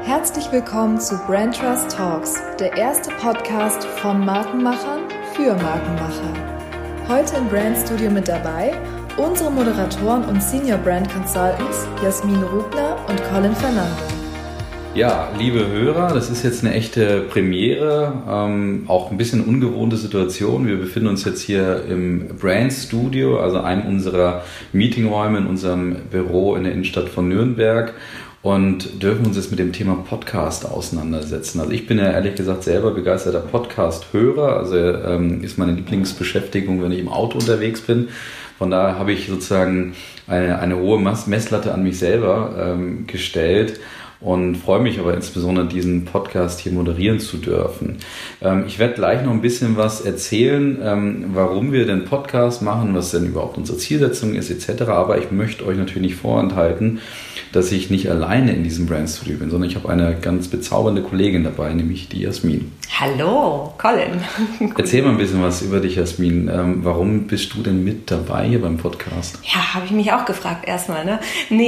Herzlich willkommen zu Brand Trust Talks, der erste Podcast von Markenmachern für Markenmacher. Heute im Brand Studio mit dabei unsere Moderatoren und Senior Brand Consultants Jasmin Rubner und Colin Fernando. Ja, liebe Hörer, das ist jetzt eine echte Premiere, auch ein bisschen ungewohnte Situation. Wir befinden uns jetzt hier im Brand Studio, also einem unserer Meetingräume in unserem Büro in der Innenstadt von Nürnberg und dürfen uns jetzt mit dem Thema Podcast auseinandersetzen. Also ich bin ja ehrlich gesagt selber begeisterter Podcast-Hörer, also ist meine Lieblingsbeschäftigung, wenn ich im Auto unterwegs bin. Von daher habe ich sozusagen eine hohe Messlatte an mich selber gestellt. Und freue mich aber insbesondere, diesen Podcast hier moderieren zu dürfen. Ich werde gleich noch ein bisschen was erzählen, warum wir den Podcast machen, was denn überhaupt unsere Zielsetzung ist etc. Aber ich möchte euch natürlich nicht vorenthalten, dass ich nicht alleine in diesem Brand Studio bin, sondern ich habe eine ganz bezaubernde Kollegin dabei, nämlich die Jasmin. Hallo, Colin. Erzähl mal ein bisschen was über dich, Jasmin. Warum bist du denn mit dabei hier beim Podcast? Ja, habe ich mich auch gefragt erstmal. Ne?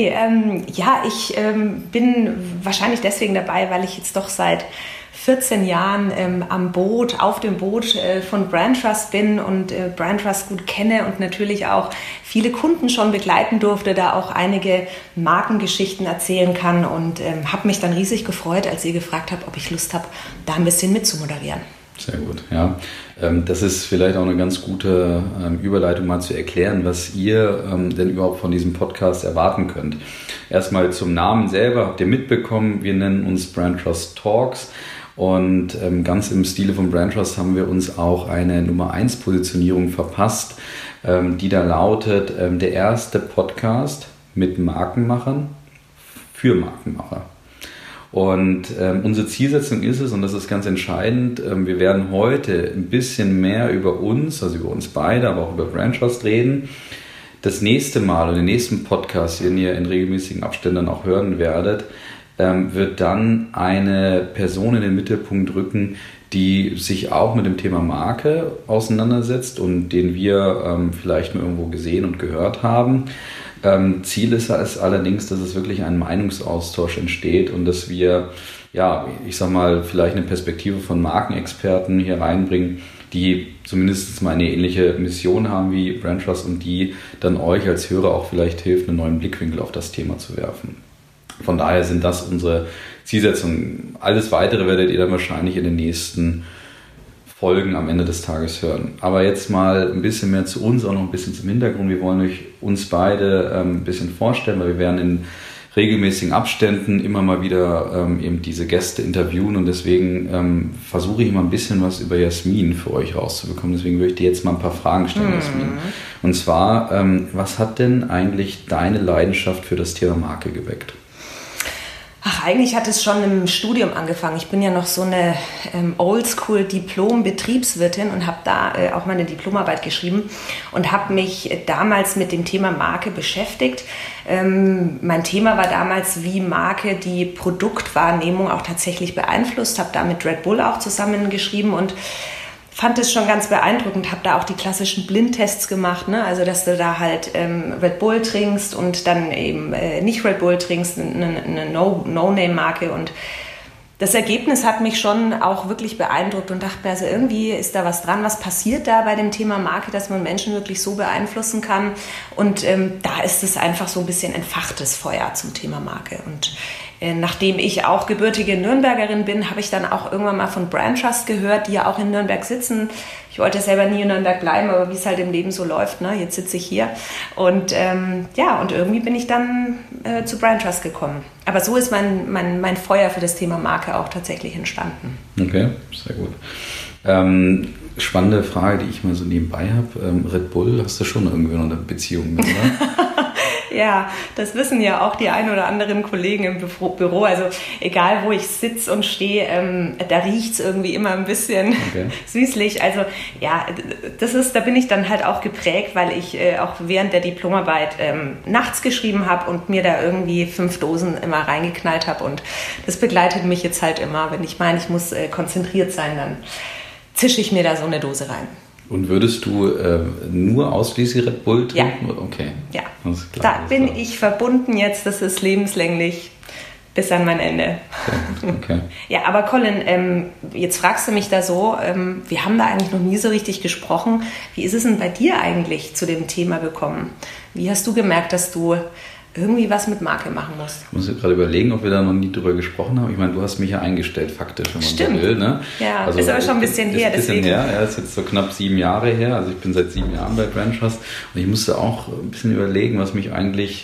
Ich bin wahrscheinlich deswegen dabei, weil ich jetzt doch seit 14 Jahren auf dem Boot von Brand Trust bin und Brand Trust gut kenne und natürlich auch viele Kunden schon begleiten durfte, da auch einige Markengeschichten erzählen kann und habe mich dann riesig gefreut, als ihr gefragt habt, ob ich Lust habe, da ein bisschen mitzumoderieren. Sehr gut, ja. Das ist vielleicht auch eine ganz gute Überleitung mal zu erklären, was ihr denn überhaupt von diesem Podcast erwarten könnt. Erstmal zum Namen selber, habt ihr mitbekommen, wir nennen uns Brand Trust Talks und ganz im Stile von Brand Trust haben wir uns auch eine Nummer 1 Positionierung verpasst, die da lautet, der erste Podcast mit Markenmachern für Markenmacher. Und unsere Zielsetzung ist es, und das ist ganz entscheidend, wir werden heute ein bisschen mehr über uns, also über uns beide, aber auch über Brand Trust reden. Das nächste Mal und den nächsten Podcast, den ihr in regelmäßigen Abständen auch hören werdet, wird dann eine Person in den Mittelpunkt rücken, die sich auch mit dem Thema Marke auseinandersetzt und den wir vielleicht nur irgendwo gesehen und gehört haben. Ziel ist es allerdings, dass es wirklich ein Meinungsaustausch entsteht und dass wir, vielleicht eine Perspektive von Markenexperten hier reinbringen, die zumindest mal eine ähnliche Mission haben wie Brand Trust und die dann euch als Hörer auch vielleicht hilft, einen neuen Blickwinkel auf das Thema zu werfen. Von daher sind das unsere Zielsetzungen. Alles Weitere werdet ihr dann wahrscheinlich in den nächsten Folgen am Ende des Tages hören. Aber jetzt mal ein bisschen mehr zu uns, auch noch ein bisschen zum Hintergrund. Wir wollen euch uns beide ein bisschen vorstellen, weil wir werden in regelmäßigen Abständen immer mal wieder eben diese Gäste interviewen und deswegen versuche ich mal ein bisschen was über Jasmin für euch rauszubekommen. Deswegen würde ich dir jetzt mal ein paar Fragen stellen, Jasmin. Und zwar, was hat denn eigentlich deine Leidenschaft für das Thema Marke geweckt? Ach, eigentlich hat es schon im Studium angefangen. Ich bin ja noch so eine Oldschool-Diplom-Betriebswirtin und habe da auch meine Diplomarbeit geschrieben und habe mich damals mit dem Thema Marke beschäftigt. Mein Thema war damals, wie Marke die Produktwahrnehmung auch tatsächlich beeinflusst. Habe da mit Red Bull auch zusammengeschrieben und fand es schon ganz beeindruckend, habe da auch die klassischen Blindtests gemacht, ne? Also dass du da halt Red Bull trinkst und dann eben nicht Red Bull trinkst, eine No-Name-Marke und das Ergebnis hat mich schon auch wirklich beeindruckt und dachte mir, also irgendwie ist da was dran, was passiert da bei dem Thema Marke, dass man Menschen wirklich so beeinflussen kann und da ist es einfach so ein bisschen entfachtes Feuer zum Thema Marke und nachdem ich auch gebürtige Nürnbergerin bin, habe ich dann auch irgendwann mal von Brand Trust gehört, die ja auch in Nürnberg sitzen. Ich wollte selber nie in Nürnberg bleiben, aber wie es halt im Leben so läuft, ne? Jetzt sitze ich hier. Und und irgendwie bin ich dann zu Brand Trust gekommen. Aber so ist mein Feuer für das Thema Marke auch tatsächlich entstanden. Okay, sehr gut. Spannende Frage, die ich mal so nebenbei habe. Red Bull hast du schon irgendwie noch eine Beziehung mit, oder? Ja, das wissen ja auch die ein oder anderen Kollegen im Büro. Also egal, wo ich sitze und stehe, da riecht es irgendwie immer ein bisschen süßlich. Also ja, da bin ich dann halt auch geprägt, weil ich auch während der Diplomarbeit nachts geschrieben habe und mir da irgendwie 5 Dosen immer reingeknallt habe. Und das begleitet mich jetzt halt immer. Wenn ich meine, ich muss konzentriert sein, dann zische ich mir da so eine Dose rein. Und würdest du nur ausschließlich Red Bull trinken? Ja. Okay. Ja, da bin ich verbunden jetzt, das ist lebenslänglich bis an mein Ende. Okay. Ja, aber Colin, jetzt fragst du mich da so, wir haben da eigentlich noch nie so richtig gesprochen. Wie ist es denn bei dir eigentlich zu dem Thema gekommen? Wie hast du gemerkt, dass du irgendwie was mit Marke machen musst? Ich muss gerade überlegen, ob wir da noch nie drüber gesprochen haben. Ich meine, du hast mich ja eingestellt, faktisch, wenn man so will. Ne? Ja, also, ist aber schon ein bisschen her. Deswegen. Ja, ist jetzt so knapp 7 Jahre her. Also ich bin seit 7 Jahren bei Brand Trust und ich musste auch ein bisschen überlegen, was mich eigentlich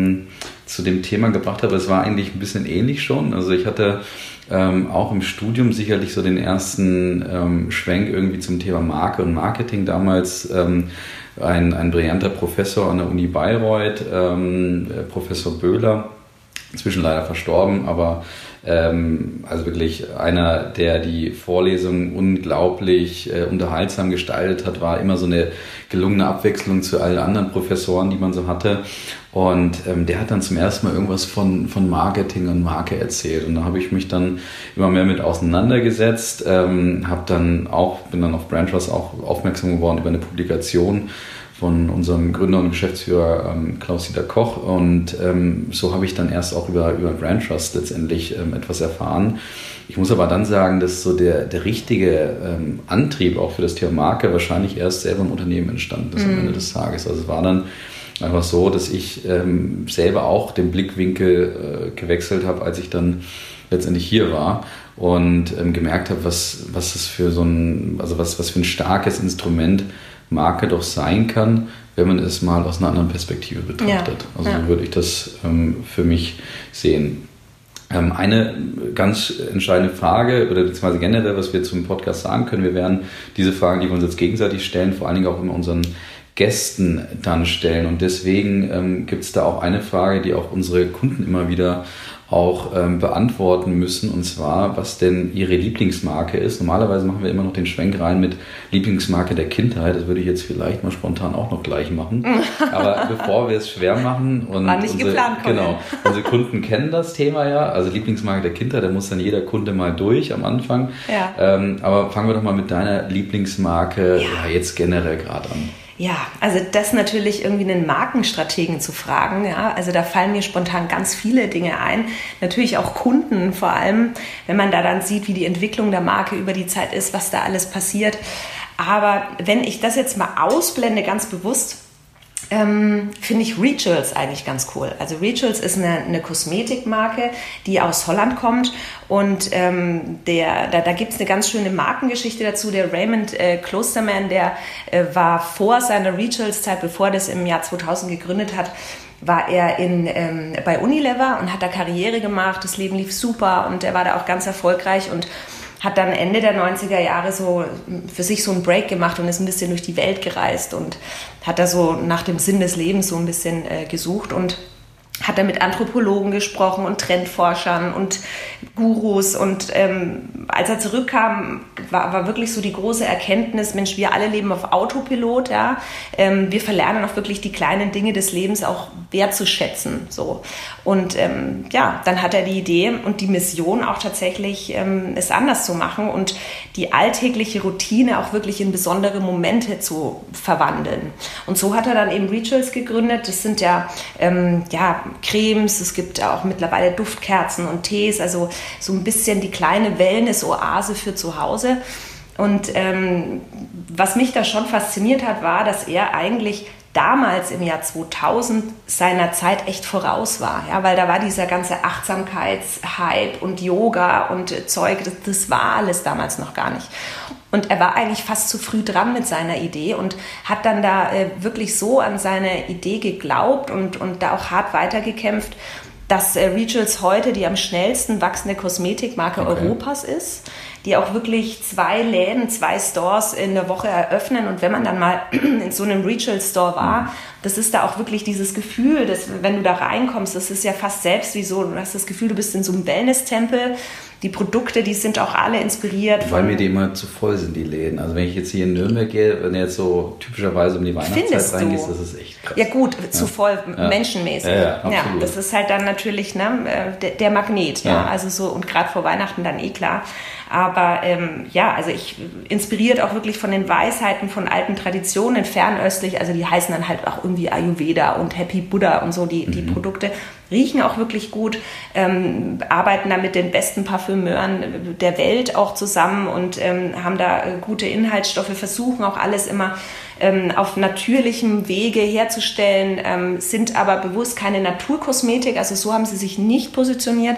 zu dem Thema gebracht hat. Aber es war eigentlich ein bisschen ähnlich schon. Also ich hatte auch im Studium sicherlich so den ersten Schwenk irgendwie zum Thema Marke und Marketing. Damals ein brillanter Professor an der Uni Bayreuth, Professor Böhler, inzwischen leider verstorben, aber also wirklich einer, der die Vorlesungen unglaublich unterhaltsam gestaltet hat, war immer so eine gelungene Abwechslung zu allen anderen Professoren, die man so hatte. Und der hat dann zum ersten Mal irgendwas von Marketing und Marke erzählt. Und da habe ich mich dann immer mehr mit auseinandergesetzt, bin dann auf Brand Trust auch aufmerksam geworden über eine Publikation von unserem Gründer und Geschäftsführer Klaus-Dieter Koch. Und so habe ich dann erst auch über Brand Trust letztendlich etwas erfahren. Ich muss aber dann sagen, dass so der richtige Antrieb auch für das Thema Marke wahrscheinlich erst selber im Unternehmen entstanden ist am Ende des Tages. Also es war dann einfach so, dass ich selber auch den Blickwinkel gewechselt habe, als ich dann letztendlich hier war und gemerkt habe, was es für was für ein starkes Instrument Marke doch sein kann, wenn man es mal aus einer anderen Perspektive betrachtet. Ja. Also so würde ich das für mich sehen. Eine ganz entscheidende Frage, oder beziehungsweise generell, was wir zum Podcast sagen können, wir werden diese Fragen, die wir uns jetzt gegenseitig stellen, vor allen Dingen auch immer unseren Gästen dann stellen. Und deswegen gibt es da auch eine Frage, die auch unsere Kunden immer wieder auch beantworten müssen, und zwar, was denn ihre Lieblingsmarke ist. Normalerweise machen wir immer noch den Schwenk rein mit Lieblingsmarke der Kindheit. Das würde ich jetzt vielleicht mal spontan auch noch gleich machen. Aber bevor wir es schwer machen, und war nicht geplant, genau, unsere Kunden kennen das Thema ja, also Lieblingsmarke der Kindheit, da muss dann jeder Kunde mal durch am Anfang. Ja. Aber fangen wir doch mal mit deiner Lieblingsmarke jetzt generell gerade an. Ja, also das natürlich irgendwie einen Markenstrategen zu fragen, ja, also da fallen mir spontan ganz viele Dinge ein, natürlich auch Kunden, vor allem, wenn man da dann sieht, wie die Entwicklung der Marke über die Zeit ist, was da alles passiert. Aber wenn ich das jetzt mal ausblende, ganz bewusst, finde ich Rituals eigentlich ganz cool. Also Rituals ist eine Kosmetikmarke, die aus Holland kommt, und da gibt es eine ganz schöne Markengeschichte dazu. Der Raymond Klosterman, der war vor seiner Rituals-Zeit, bevor er das im Jahr 2000 gegründet hat, war er bei Unilever und hat da Karriere gemacht. Das Leben lief super und er war da auch ganz erfolgreich und hat dann Ende der 90er Jahre so für sich so einen Break gemacht und ist ein bisschen durch die Welt gereist und hat da so nach dem Sinn des Lebens so ein bisschen gesucht und hat da mit Anthropologen gesprochen und Trendforschern und Gurus, und als er zurückkam, war wirklich so die große Erkenntnis, Mensch, wir alle leben auf Autopilot, ja, wir verlernen auch wirklich die kleinen Dinge des Lebens auch wertzuschätzen, so. Und dann hat er die Idee und die Mission auch tatsächlich, es anders zu machen und die alltägliche Routine auch wirklich in besondere Momente zu verwandeln. Und so hat er dann eben Rituals gegründet. Das sind Cremes, es gibt auch mittlerweile Duftkerzen und Tees, also so ein bisschen die kleine Wellness-Oase für zu Hause. Und was mich da schon fasziniert hat, war, dass er eigentlich damals im Jahr 2000 seiner Zeit echt voraus war, ja, weil da war dieser ganze Achtsamkeitshype und Yoga und Zeug, das war alles damals noch gar nicht. Und er war eigentlich fast zu früh dran mit seiner Idee und hat dann da wirklich so an seine Idee geglaubt und da auch hart weitergekämpft, dass Rituals heute die am schnellsten wachsende Kosmetikmarke Europas ist, die auch wirklich 2 Stores in der Woche eröffnen. Und wenn man dann mal in so einem Ritual-Store war, das ist da auch wirklich dieses Gefühl, dass, wenn du da reinkommst, das ist ja fast selbst wie so, du hast das Gefühl, du bist in so einem Wellness-Tempel. Die Produkte, die sind auch alle inspiriert. Weil mir die immer zu voll sind, die Läden. Also wenn ich jetzt hier in Nürnberg gehe, wenn du jetzt so typischerweise um die Weihnachtszeit reingehst, das ist echt krass. Ja gut, zu voll, menschenmäßig. Ja, absolut. Das ist halt dann natürlich der Magnet. Ja. Also so, und gerade vor Weihnachten dann klar. Aber Aber also ich inspiriert auch wirklich von den Weisheiten von alten Traditionen, fernöstlich, also die heißen dann halt auch irgendwie Ayurveda und Happy Buddha und so, die Produkte. Riechen auch wirklich gut, arbeiten da mit den besten Parfümeuren der Welt auch zusammen und haben da gute Inhaltsstoffe, versuchen auch alles immer auf natürlichem Wege herzustellen, sind aber bewusst keine Naturkosmetik, also so haben sie sich nicht positioniert,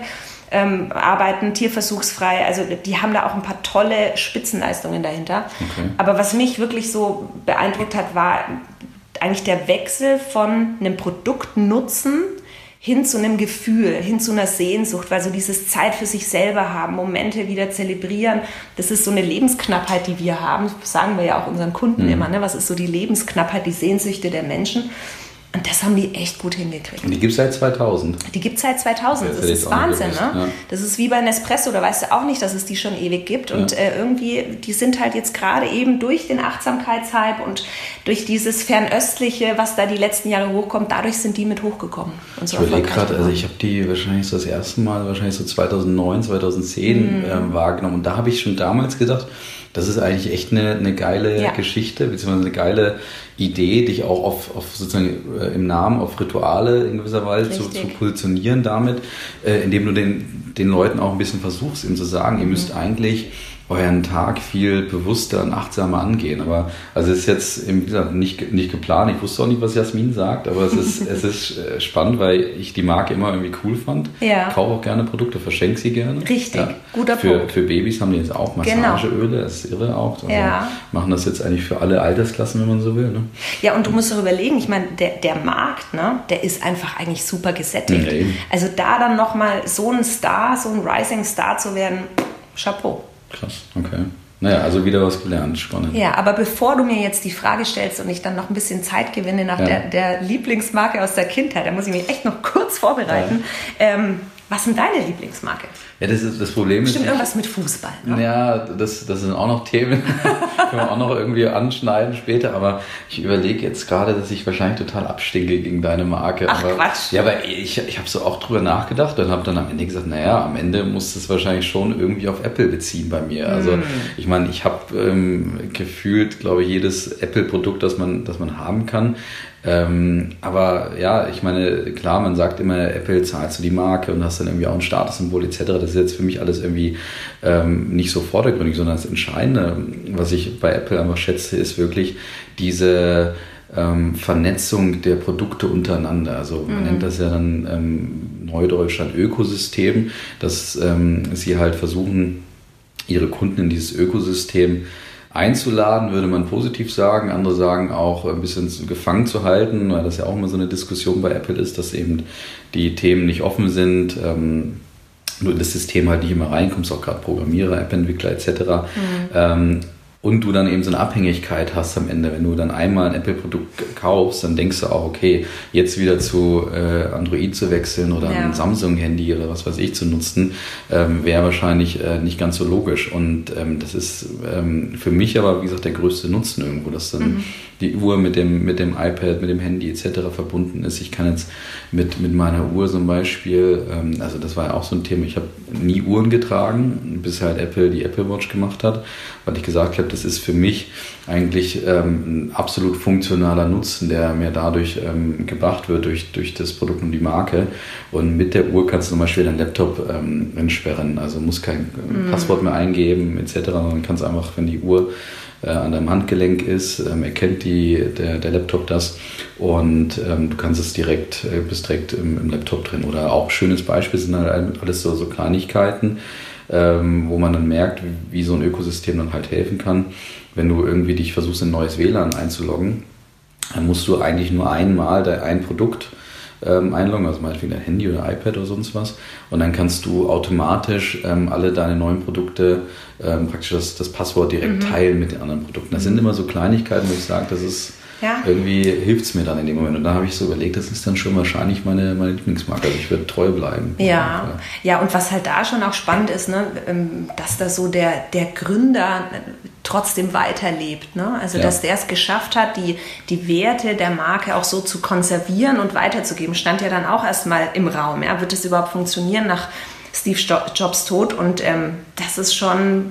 arbeiten tierversuchsfrei, also die haben da auch ein paar tolle Spitzenleistungen dahinter. Okay. Aber was mich wirklich so beeindruckt hat, war eigentlich der Wechsel von einem Produktnutzen hin zu einem Gefühl, hin zu einer Sehnsucht, weil so dieses Zeit für sich selber haben, Momente wieder zelebrieren, das ist so eine Lebensknappheit, die wir haben, das sagen wir ja auch unseren Kunden immer, ne? Was ist so die Lebensknappheit, die Sehnsüchte der Menschen? Und das haben die echt gut hingekriegt. Und die gibt es seit 2000? Die gibt es seit 2000, das ist Wahnsinn. Ne? Ja. Das ist wie bei Nespresso, da weißt du auch nicht, dass es die schon ewig gibt. Und irgendwie, die sind halt jetzt gerade eben durch den Achtsamkeitshype und durch dieses Fernöstliche, was da die letzten Jahre hochkommt, dadurch sind die mit hochgekommen. Und so ich überlege gerade, also ich habe die wahrscheinlich so das erste Mal, wahrscheinlich so 2009, 2010 wahrgenommen. Und da habe ich schon damals gedacht, das ist eigentlich echt eine geile Geschichte, beziehungsweise eine geile Idee, dich auch auf sozusagen im Namen auf Rituale in gewisser Weise zu positionieren damit, indem du den Leuten auch ein bisschen versuchst, ihm zu sagen, ihr müsst eigentlich euren Tag viel bewusster und achtsamer angehen. Aber also es ist jetzt wie gesagt, nicht geplant. Ich wusste auch nicht, was Jasmin sagt, aber es ist spannend, weil ich die Marke immer irgendwie cool fand. Ja. Kaufe auch gerne Produkte, verschenke sie gerne. Richtig, ja. Guter Punkt. Für Babys haben die jetzt auch Massageöle, das ist irre auch. Also machen das jetzt eigentlich für alle Altersklassen, wenn man so will. Ne? Ja, und du musst auch überlegen, ich meine, der Markt, ne, der ist einfach eigentlich super gesättigt. Ja, also da dann nochmal so ein Star, so ein Rising Star zu werden, Chapeau. Krass, okay. Naja, also wieder was gelernt, spannend. Ja, aber bevor du mir jetzt die Frage stellst und ich dann noch ein bisschen Zeit gewinne nach der Lieblingsmarke aus der Kindheit, da muss ich mich echt noch kurz vorbereiten. Ja. Was ist denn deine Lieblingsmarke? Ja, das Problem ist... Bestimmt irgendwas mit Fußball, ne? Ja, das sind auch noch Themen, können wir auch noch irgendwie anschneiden später, aber ich überlege jetzt gerade, dass ich wahrscheinlich total abstinke gegen deine Marke. Ach, aber, Quatsch. Ja, aber ich habe so auch drüber nachgedacht und habe dann am Ende gesagt, naja, am Ende muss das wahrscheinlich schon irgendwie auf Apple beziehen bei mir. Also ich meine, ich habe gefühlt, glaube ich, jedes Apple-Produkt, das man haben kann. Aber ja, ich meine, klar, man sagt immer, Apple zahlst du die Marke und hast dann irgendwie auch ein Statussymbol etc. Das ist jetzt für mich alles irgendwie nicht so vordergründig, sondern das Entscheidende, was ich bei Apple einfach schätze, ist wirklich diese Vernetzung der Produkte untereinander. Also man nennt das ja dann Neudeutsch ein Ökosystem, dass sie halt versuchen, ihre Kunden in dieses Ökosystem einzuladen, würde man positiv sagen. Andere sagen auch ein bisschen gefangen zu halten, weil das ja auch immer so eine Diskussion bei Apple ist, dass eben die Themen nicht offen sind, nur in das System halt nicht immer reinkommst, auch gerade Programmierer, App-Entwickler etc. Und du dann eben so eine Abhängigkeit hast am Ende. Wenn du dann einmal ein Apple-Produkt kaufst, dann denkst du auch, okay, jetzt wieder zu Android zu wechseln oder ein Samsung-Handy oder was weiß ich zu nutzen, wäre wahrscheinlich nicht ganz so logisch. Und das ist für mich aber, wie gesagt, der größte Nutzen irgendwo, dass dann die Uhr mit dem iPad, mit dem Handy etc. verbunden ist. Ich kann jetzt mit meiner Uhr zum Beispiel, also das war ja auch so ein Thema, ich habe nie Uhren getragen, bis halt Apple die Apple Watch gemacht hat, weil ich gesagt habe, das ist für mich eigentlich ein absolut funktionaler Nutzen, der mir dadurch gebracht wird durch das Produkt und die Marke. Und mit der Uhr kannst du zum Beispiel deinen Laptop entsperren, also musst kein Passwort mehr eingeben etc., sondern kannst einfach, wenn die Uhr an deinem Handgelenk ist, erkennt der Laptop das und du kannst es bist direkt im Laptop drin. Oder auch schönes Beispiel sind halt alles so Kleinigkeiten, wo man dann merkt, wie so ein Ökosystem dann halt helfen kann. Wenn du irgendwie dich versuchst, in ein neues WLAN einzuloggen, dann musst du eigentlich nur einmal ein Produkt einloggen, also meinetwegen dein Handy oder iPad oder sonst was, und dann kannst du automatisch alle deine neuen Produkte praktisch das Passwort direkt teilen mit den anderen Produkten. Das sind immer so Kleinigkeiten, wo ich sage, das ist irgendwie hilft es mir dann in dem Moment. Und da habe ich so überlegt, das ist dann schon wahrscheinlich meine Lieblingsmarke. Also ich werde treu bleiben. Ja, und was halt da schon auch spannend ist, ne, dass da so der Gründer trotzdem weiterlebt. Ne? Also dass der es geschafft hat, die Werte der Marke auch so zu konservieren und weiterzugeben, stand ja dann auch erstmal im Raum. Ja? Wird es überhaupt funktionieren nach Steve Jobs Tod und das ist schon,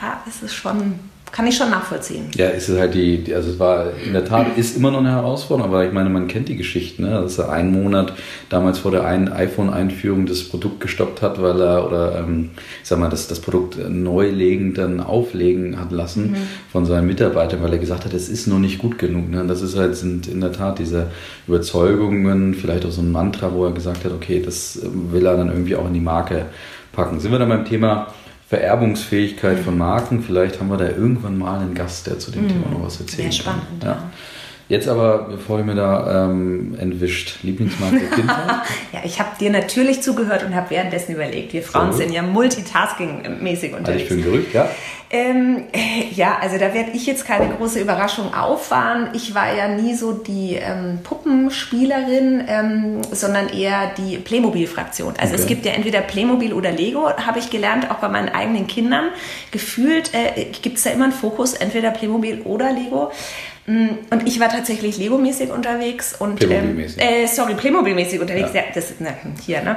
kann ich schon nachvollziehen. Ja, es ist halt also es war in der Tat, ist immer noch eine Herausforderung, aber ich meine, man kennt die Geschichten, ne? Dass er einen Monat damals vor der einen iPhone-Einführung das Produkt gestoppt hat, weil er, ich sag mal, das Produkt neulegend dann auflegen hat lassen von seinen Mitarbeitern, weil er gesagt hat, es ist noch nicht gut genug. Ne? Das sind in der Tat diese Überzeugungen, vielleicht auch so ein Mantra, wo er gesagt hat, okay, das will er dann irgendwie auch in die Marke packen. Sind wir dann beim Thema Vererbungsfähigkeit von Marken. Vielleicht haben wir da irgendwann mal einen Gast, der zu dem Thema noch was erzählen kann. Sehr spannend, ja. Jetzt aber, bevor ihr mir da entwischt, Lieblingsmarke der Kindheit? Ja, ich habe dir natürlich zugehört und habe währenddessen überlegt. Wir Frauen sind ja multitasking-mäßig unterwegs. Hatte ich für ein Gerücht, ja? Ja, also da werde ich jetzt keine große Überraschung auffahren. Ich war ja nie so die Puppenspielerin, sondern eher die Playmobil-Fraktion. Also es gibt ja entweder Playmobil oder Lego, habe ich gelernt, auch bei meinen eigenen Kindern. Gefühlt gibt es da immer einen Fokus, entweder Playmobil oder Lego. Und ich war tatsächlich Lego-mäßig unterwegs und Playmobil-mäßig unterwegs. Ja. Das ist hier, ne?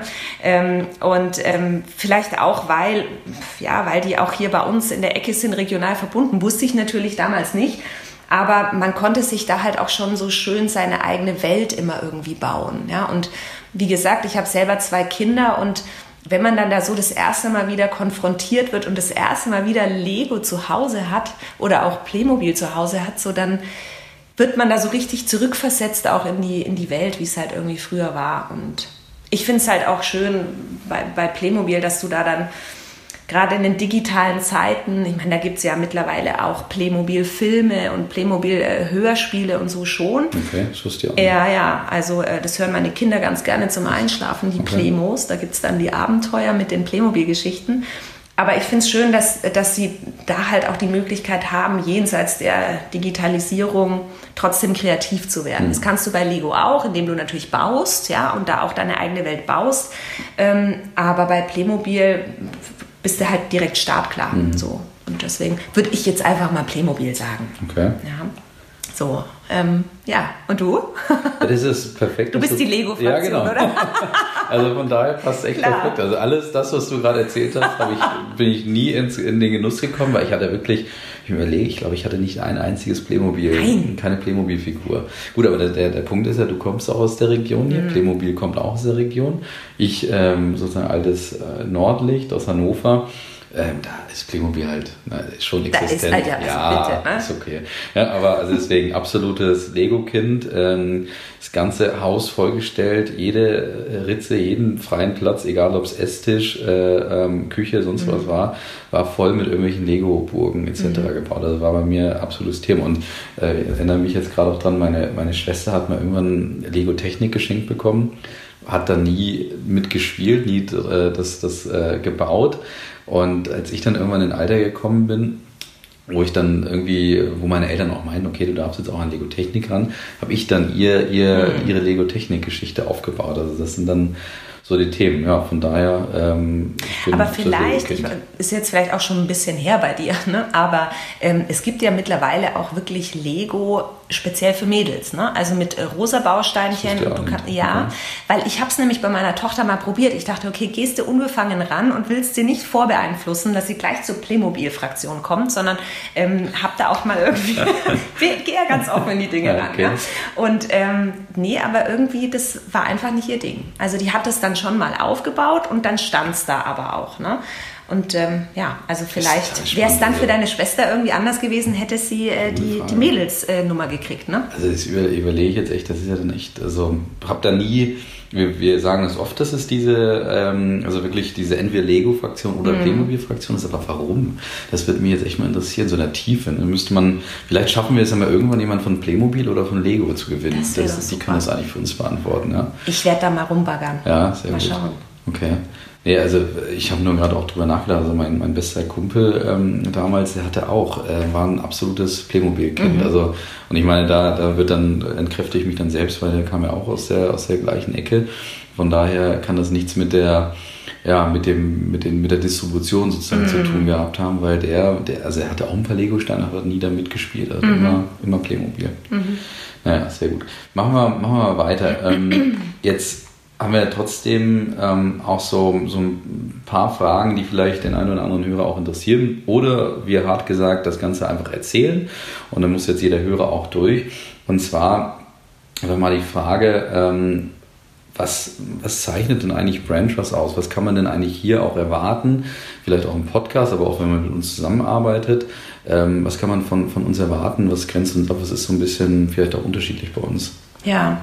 Und vielleicht auch, weil die auch hier bei uns in der Ecke sind, regional verbunden, wusste ich natürlich damals nicht. Aber man konnte sich da halt auch schon so schön seine eigene Welt immer irgendwie bauen. Ja? Und wie gesagt, ich habe selber 2 Kinder und wenn man dann da so das erste Mal wieder konfrontiert wird und das erste Mal wieder Lego zu Hause hat oder auch Playmobil zu Hause hat, so dann wird man da so richtig zurückversetzt auch in die Welt, wie es halt irgendwie früher war. Und ich finde es halt auch schön bei Playmobil, dass du da dann gerade in den digitalen Zeiten, ich meine, da gibt es ja mittlerweile auch Playmobil-Filme und Playmobil-Hörspiele und so schon. Okay, das wusste ich auch. Ja, also das hören meine Kinder ganz gerne zum Einschlafen, die Playmos. Da gibt es dann die Abenteuer mit den Playmobil-Geschichten. Aber ich finde es schön, dass sie da halt auch die Möglichkeit haben, jenseits der Digitalisierung trotzdem kreativ zu werden. Das kannst du bei Lego auch, indem du natürlich baust, ja, und da auch deine eigene Welt baust. Aber bei Playmobil bist du halt direkt startklar. So. Und deswegen würde ich jetzt einfach mal Playmobil sagen. Okay. Ja. So, und du? Das ist perfekt. Du bist die Lego-Fraktion, ja, genau. oder? Also von daher passt echt perfekt. Also alles das, was du gerade erzählt hast, bin ich nie in den Genuss gekommen, weil ich hatte wirklich, ich glaube, ich hatte nicht ein einziges Playmobil. Nein. Keine Playmobil-Figur. Gut, aber der Punkt ist ja, du kommst auch aus der Region hier. Playmobil kommt auch aus der Region. Ich, sozusagen altes Nordlicht aus Hannover. Da ist Playmobil halt schon existent. Da ist halt bitte, ne? Ist okay. Ja, aber also deswegen absolutes Lego-Kind. Das ganze Haus vollgestellt, jede Ritze, jeden freien Platz, egal ob es Esstisch, Küche, sonst was war voll mit irgendwelchen Lego-Burgen etc. gebaut. Also war bei mir absolutes Thema. Und ich erinnere mich jetzt gerade auch dran, meine Schwester hat mal irgendwann Lego-Technik geschenkt bekommen, hat da nie mitgespielt, nie das gebaut. Und als ich dann irgendwann in ein Alter gekommen bin, wo meine Eltern auch meinten, okay, du darfst jetzt auch an Lego-Technik ran, habe ich dann ihre Lego-Technik-Geschichte aufgebaut. Also das sind dann so die Themen, ja, von daher. Aber vielleicht, ist jetzt vielleicht auch schon ein bisschen her bei dir, ne? Aber es gibt ja mittlerweile auch wirklich Lego speziell für Mädels, ne? Also mit rosa Bausteinchen. Weil ich habe es nämlich bei meiner Tochter mal probiert. Ich dachte, okay, gehst du unbefangen ran und willst sie nicht vorbeeinflussen, dass sie gleich zur Playmobil-Fraktion kommt, sondern hab da auch mal irgendwie, gehe ja ganz offen in die Dinge ran. Ja? Und aber irgendwie, das war einfach nicht ihr Ding. Also die hat es dann schon mal aufgebaut und dann stand es da aber auch, ne? Und also vielleicht wäre es dann für deine Schwester irgendwie anders gewesen, hätte sie die Mädels-Nummer gekriegt, ne? Also das überlege ich jetzt echt, das ist ja dann echt, also hab da nie, wir sagen das oft, dass es diese, also wirklich diese entweder Lego-Fraktion oder Playmobil-Fraktion ist, aber warum? Das würde mich jetzt echt mal interessieren, so in der Tiefe. Dann müsste man, vielleicht schaffen wir es ja mal irgendwann jemand von Playmobil oder von Lego zu gewinnen. Die können das eigentlich für uns beantworten, ja? Ich werde da mal rumbaggern. Ja, sehr gut. Mal schauen. Okay. Nee, also ich habe nur gerade auch drüber nachgedacht, also mein bester Kumpel damals, der hatte auch, war ein absolutes Playmobil-Kind. Also, und ich meine, da entkräfte ich mich dann selbst, weil der kam ja auch aus der gleichen Ecke. Von daher kann das nichts mit der Distribution sozusagen zu tun gehabt haben, weil er hatte auch ein paar Lego-Steine, aber nie da mitgespielt, also immer Playmobil. Naja, sehr gut. Machen wir weiter. Jetzt haben wir trotzdem auch so ein paar Fragen, die vielleicht den einen oder anderen Hörer auch interessieren, oder wir hart gesagt das Ganze einfach erzählen und dann muss jetzt jeder Hörer auch durch. Und zwar einfach mal die Frage, was zeichnet denn eigentlich Brand Trust aus? Was kann man denn eigentlich hier auch erwarten? Vielleicht auch im Podcast, aber auch wenn man mit uns zusammenarbeitet. Was kann man von uns erwarten? Was grenzt uns ab? Was ist so ein bisschen vielleicht auch unterschiedlich bei uns? Ja,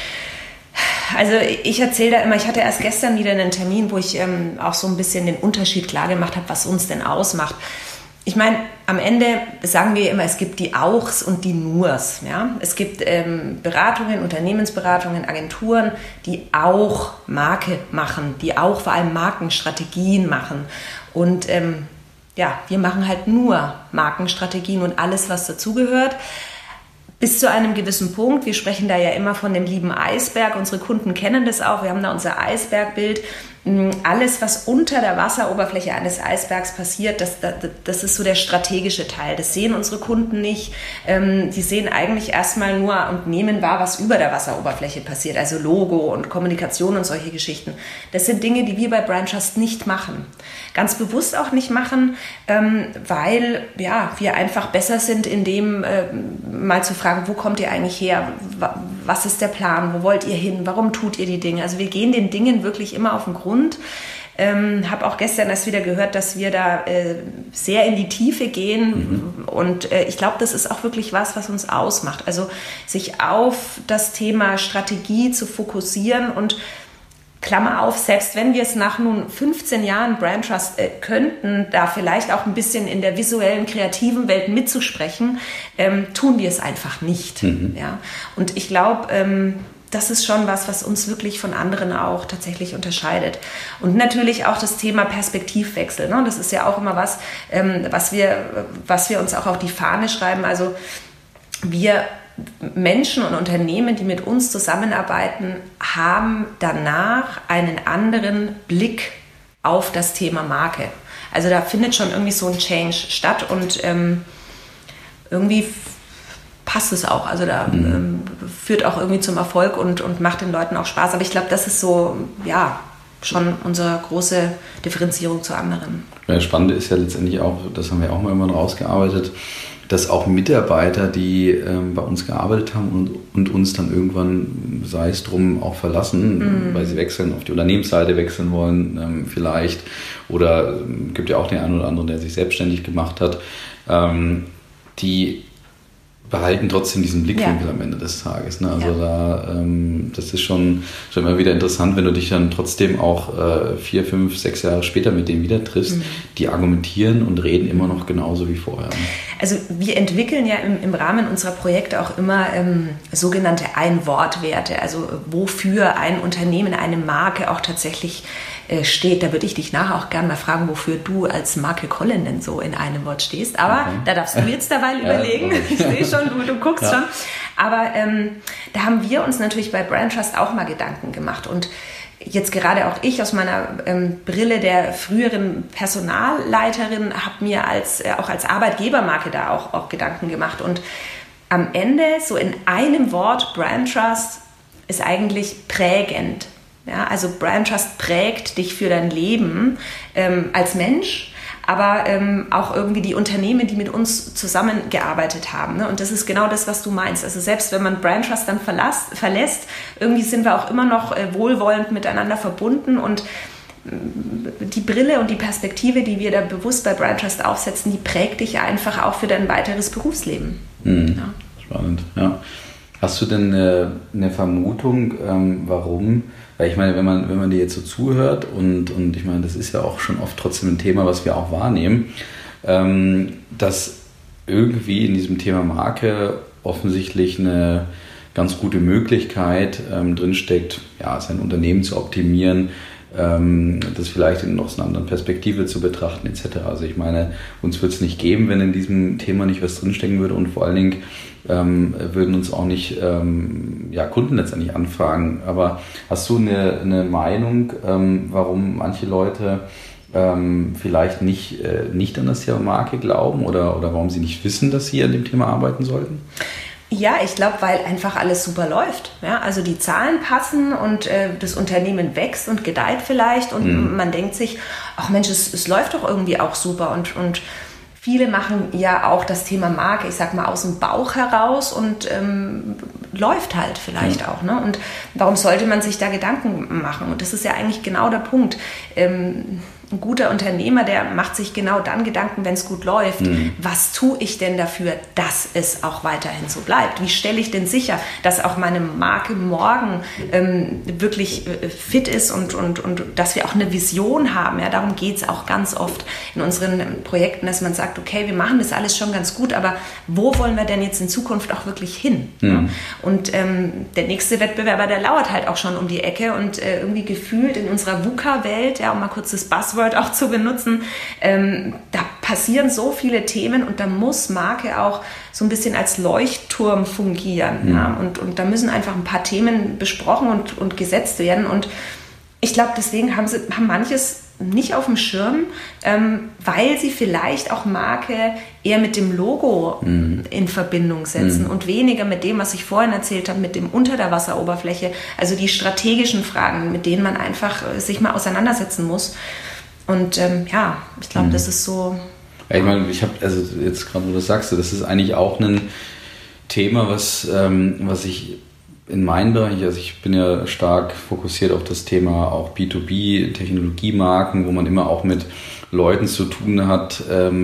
also ich erzähle da immer, ich hatte erst gestern wieder einen Termin, wo ich auch so ein bisschen den Unterschied klar gemacht habe, was uns denn ausmacht. Ich meine, am Ende sagen wir immer, es gibt die Auchs und die Nurs. Ja? Es gibt Beratungen, Unternehmensberatungen, Agenturen, die auch Marke machen, die auch vor allem Markenstrategien machen. Und wir machen halt nur Markenstrategien und alles, was dazugehört. Bis zu einem gewissen Punkt. Wir sprechen da ja immer von dem lieben Eisberg. Unsere Kunden kennen das auch. Wir haben da unser Eisbergbild. Alles, was unter der Wasseroberfläche eines Eisbergs passiert, das ist so der strategische Teil. Das sehen unsere Kunden nicht. Die sehen eigentlich erstmal nur und nehmen wahr, was über der Wasseroberfläche passiert. Also Logo und Kommunikation und solche Geschichten. Das sind Dinge, die wir bei Brand Trust nicht machen. Ganz bewusst auch nicht machen, weil wir einfach besser sind, in dem mal zu fragen, wo kommt ihr eigentlich her? Was ist der Plan? Wo wollt ihr hin? Warum tut ihr die Dinge? Also wir gehen den Dingen wirklich immer auf den Grund. Habe auch gestern erst wieder gehört, dass wir da sehr in die Tiefe gehen und ich glaube, das ist auch wirklich was uns ausmacht. Also sich auf das Thema Strategie zu fokussieren und Klammer auf, selbst wenn wir es nach nun 15 Jahren Brand Trust könnten, da vielleicht auch ein bisschen in der visuellen, kreativen Welt mitzusprechen, tun wir es einfach nicht. Ja? Und ich glaube, das ist schon was uns wirklich von anderen auch tatsächlich unterscheidet. Und natürlich auch das Thema Perspektivwechsel. Ne? Das ist ja auch immer was wir uns auch auf die Fahne schreiben. Also wir Menschen und Unternehmen, die mit uns zusammenarbeiten, haben danach einen anderen Blick auf das Thema Marke. Also da findet schon irgendwie so ein Change statt und irgendwie passt es auch. Also da führt auch irgendwie zum Erfolg und macht den Leuten auch Spaß. Aber ich glaube, das ist so, schon unsere große Differenzierung zu anderen. Das Spannende ist ja letztendlich auch, das haben wir auch mal irgendwann rausgearbeitet, dass auch Mitarbeiter, die bei uns gearbeitet haben und uns dann irgendwann, sei es drum, auch verlassen, weil sie wechseln, auf die Unternehmensseite wechseln wollen vielleicht, oder gibt ja auch den einen oder anderen, der sich selbstständig gemacht hat, die behalten trotzdem diesen Blickwinkel am Ende des Tages. Ne? Also das ist schon immer wieder interessant, wenn du dich dann trotzdem auch 4, 5, 6 Jahre später mit denen wieder triffst, die argumentieren und reden immer noch genauso wie vorher. Also wir entwickeln ja im Rahmen unserer Projekte auch immer sogenannte Ein-Wort-Werte, also wofür ein Unternehmen, eine Marke auch tatsächlich steht. Da würde ich dich nachher auch gerne mal fragen, wofür du als Marke Colin denn so in einem Wort stehst. Aber da darfst du jetzt dabei überlegen. Ich sehe schon, du guckst schon. Aber da haben wir uns natürlich bei Brand Trust auch mal Gedanken gemacht. Und jetzt gerade auch ich aus meiner Brille der früheren Personalleiterin habe mir auch als Arbeitgebermarke da auch Gedanken gemacht. Und am Ende, so in einem Wort, Brand Trust ist eigentlich prägend. Ja, also Brand Trust prägt dich für dein Leben als Mensch, aber auch irgendwie die Unternehmen, die mit uns zusammengearbeitet haben. Ne? Und das ist genau das, was du meinst. Also selbst wenn man Brand Trust dann verlässt, irgendwie sind wir auch immer noch wohlwollend miteinander verbunden und die Brille und die Perspektive, die wir da bewusst bei Brand Trust aufsetzen, die prägt dich einfach auch für dein weiteres Berufsleben. Ja. Spannend, ja. Hast du denn eine Vermutung, warum? Weil ich meine, wenn man dir jetzt so zuhört und ich meine, das ist ja auch schon oft trotzdem ein Thema, was wir auch wahrnehmen, dass irgendwie in diesem Thema Marke offensichtlich eine ganz gute Möglichkeit drinsteckt, sein Unternehmen zu optimieren, das vielleicht aus einer anderen Perspektive zu betrachten etc. Also ich meine, uns würde es nicht geben, wenn in diesem Thema nicht was drinstecken würde und vor allen Dingen würden uns auch nicht Kunden letztendlich anfragen. Aber hast du eine Meinung, warum manche Leute vielleicht nicht an das Thema Marke glauben oder warum sie nicht wissen, dass sie an dem Thema arbeiten sollten? Ja, ich glaube, weil einfach alles super läuft. Ja, also die Zahlen passen und das Unternehmen wächst und gedeiht vielleicht und man denkt sich, ach Mensch, es läuft doch irgendwie auch super und viele machen ja auch das Thema Marke, ich sag mal, aus dem Bauch heraus und läuft halt vielleicht auch. Ne? Und warum sollte man sich da Gedanken machen? Und das ist ja eigentlich genau der Punkt. Ein guter Unternehmer, der macht sich genau dann Gedanken, wenn es gut läuft. Was tue ich denn dafür, dass es auch weiterhin so bleibt? Wie stelle ich denn sicher, dass auch meine Marke morgen wirklich fit ist und dass wir auch eine Vision haben? Ja, darum geht es auch ganz oft in unseren Projekten, dass man sagt, okay, wir machen das alles schon ganz gut, aber wo wollen wir denn jetzt in Zukunft auch wirklich hin? Ja? Und der nächste Wettbewerber, der lauert halt auch schon um die Ecke und irgendwie gefühlt in unserer VUCA-Welt, ja, um mal kurz das Buzzword auch zu benutzen, da passieren so viele Themen und da muss Marke auch so ein bisschen als Leuchtturm fungieren. Ja? Und da müssen einfach ein paar Themen besprochen und gesetzt werden. Und ich glaube, deswegen haben manches nicht auf dem Schirm, weil sie vielleicht auch Marke eher mit dem Logo in Verbindung setzen und weniger mit dem, was ich vorhin erzählt habe, mit dem unter der Wasseroberfläche, also die strategischen Fragen, mit denen man einfach sich mal auseinandersetzen muss. Und ich glaube, das ist so... Ja, ich meine, also jetzt gerade, wo du das sagst, das ist eigentlich auch ein Thema, was ich in meinem Bereich, also ich bin ja stark fokussiert auf das Thema auch B2B, Technologiemarken, wo man immer auch mit Leuten zu tun hat,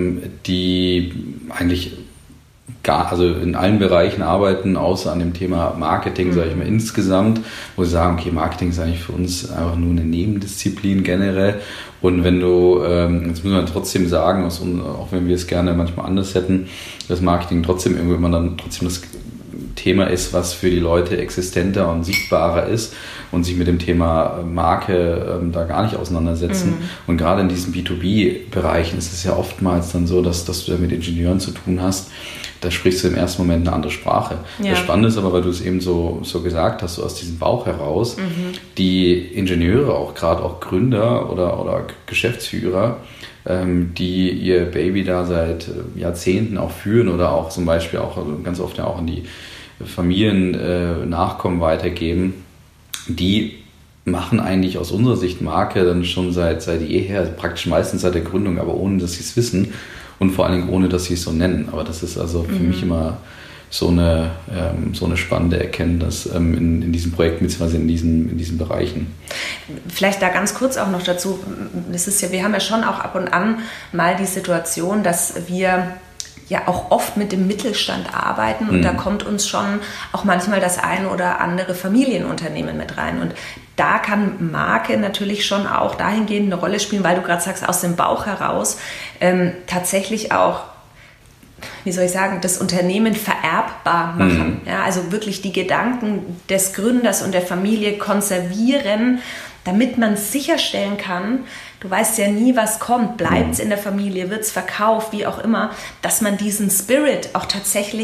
die eigentlich also in allen Bereichen arbeiten, außer an dem Thema Marketing, sage ich mal, insgesamt, wo sie sagen, okay, Marketing ist eigentlich für uns einfach nur eine Nebendisziplin generell. Und wenn du, jetzt muss man trotzdem sagen, auch wenn wir es gerne manchmal anders hätten, dass Marketing trotzdem irgendwie immer dann trotzdem das Thema ist, was für die Leute existenter und sichtbarer ist und sich mit dem Thema Marke da gar nicht auseinandersetzen. Und gerade in diesen B2B-Bereichen ist es ja oftmals dann so, dass du da mit Ingenieuren zu tun hast, da sprichst du im ersten Moment eine andere Sprache. Ja. Das Spannende ist aber, weil du es eben so gesagt hast, so aus diesem Bauch heraus, die Ingenieure, auch gerade auch Gründer oder Geschäftsführer, die ihr Baby da seit Jahrzehnten auch führen oder auch zum Beispiel auch ganz oft ja auch an die Familien Nachkommen weitergeben, die machen eigentlich aus unserer Sicht Marke dann schon seit jeher, praktisch meistens seit der Gründung, aber ohne, dass sie es wissen und vor allen Dingen ohne, dass sie es so nennen. Aber das ist also für mich immer so eine spannende Erkenntnis in diesem Projekt bzw. in diesen Bereichen. Vielleicht da ganz kurz auch noch dazu, das ist ja, wir haben ja schon auch ab und an mal die Situation, dass wir ja auch oft mit dem Mittelstand arbeiten und da kommt uns schon auch manchmal das ein oder andere Familienunternehmen mit rein und da kann Marke natürlich schon auch dahingehend eine Rolle spielen, weil du gerade sagst, aus dem Bauch heraus tatsächlich auch, wie soll ich sagen, das Unternehmen vererbbar machen. Ja, also wirklich die Gedanken des Gründers und der Familie konservieren, damit man sicherstellen kann, du weißt ja nie, was kommt, bleibt es in der Familie, wird es verkauft, wie auch immer, dass man diesen Spirit auch tatsächlich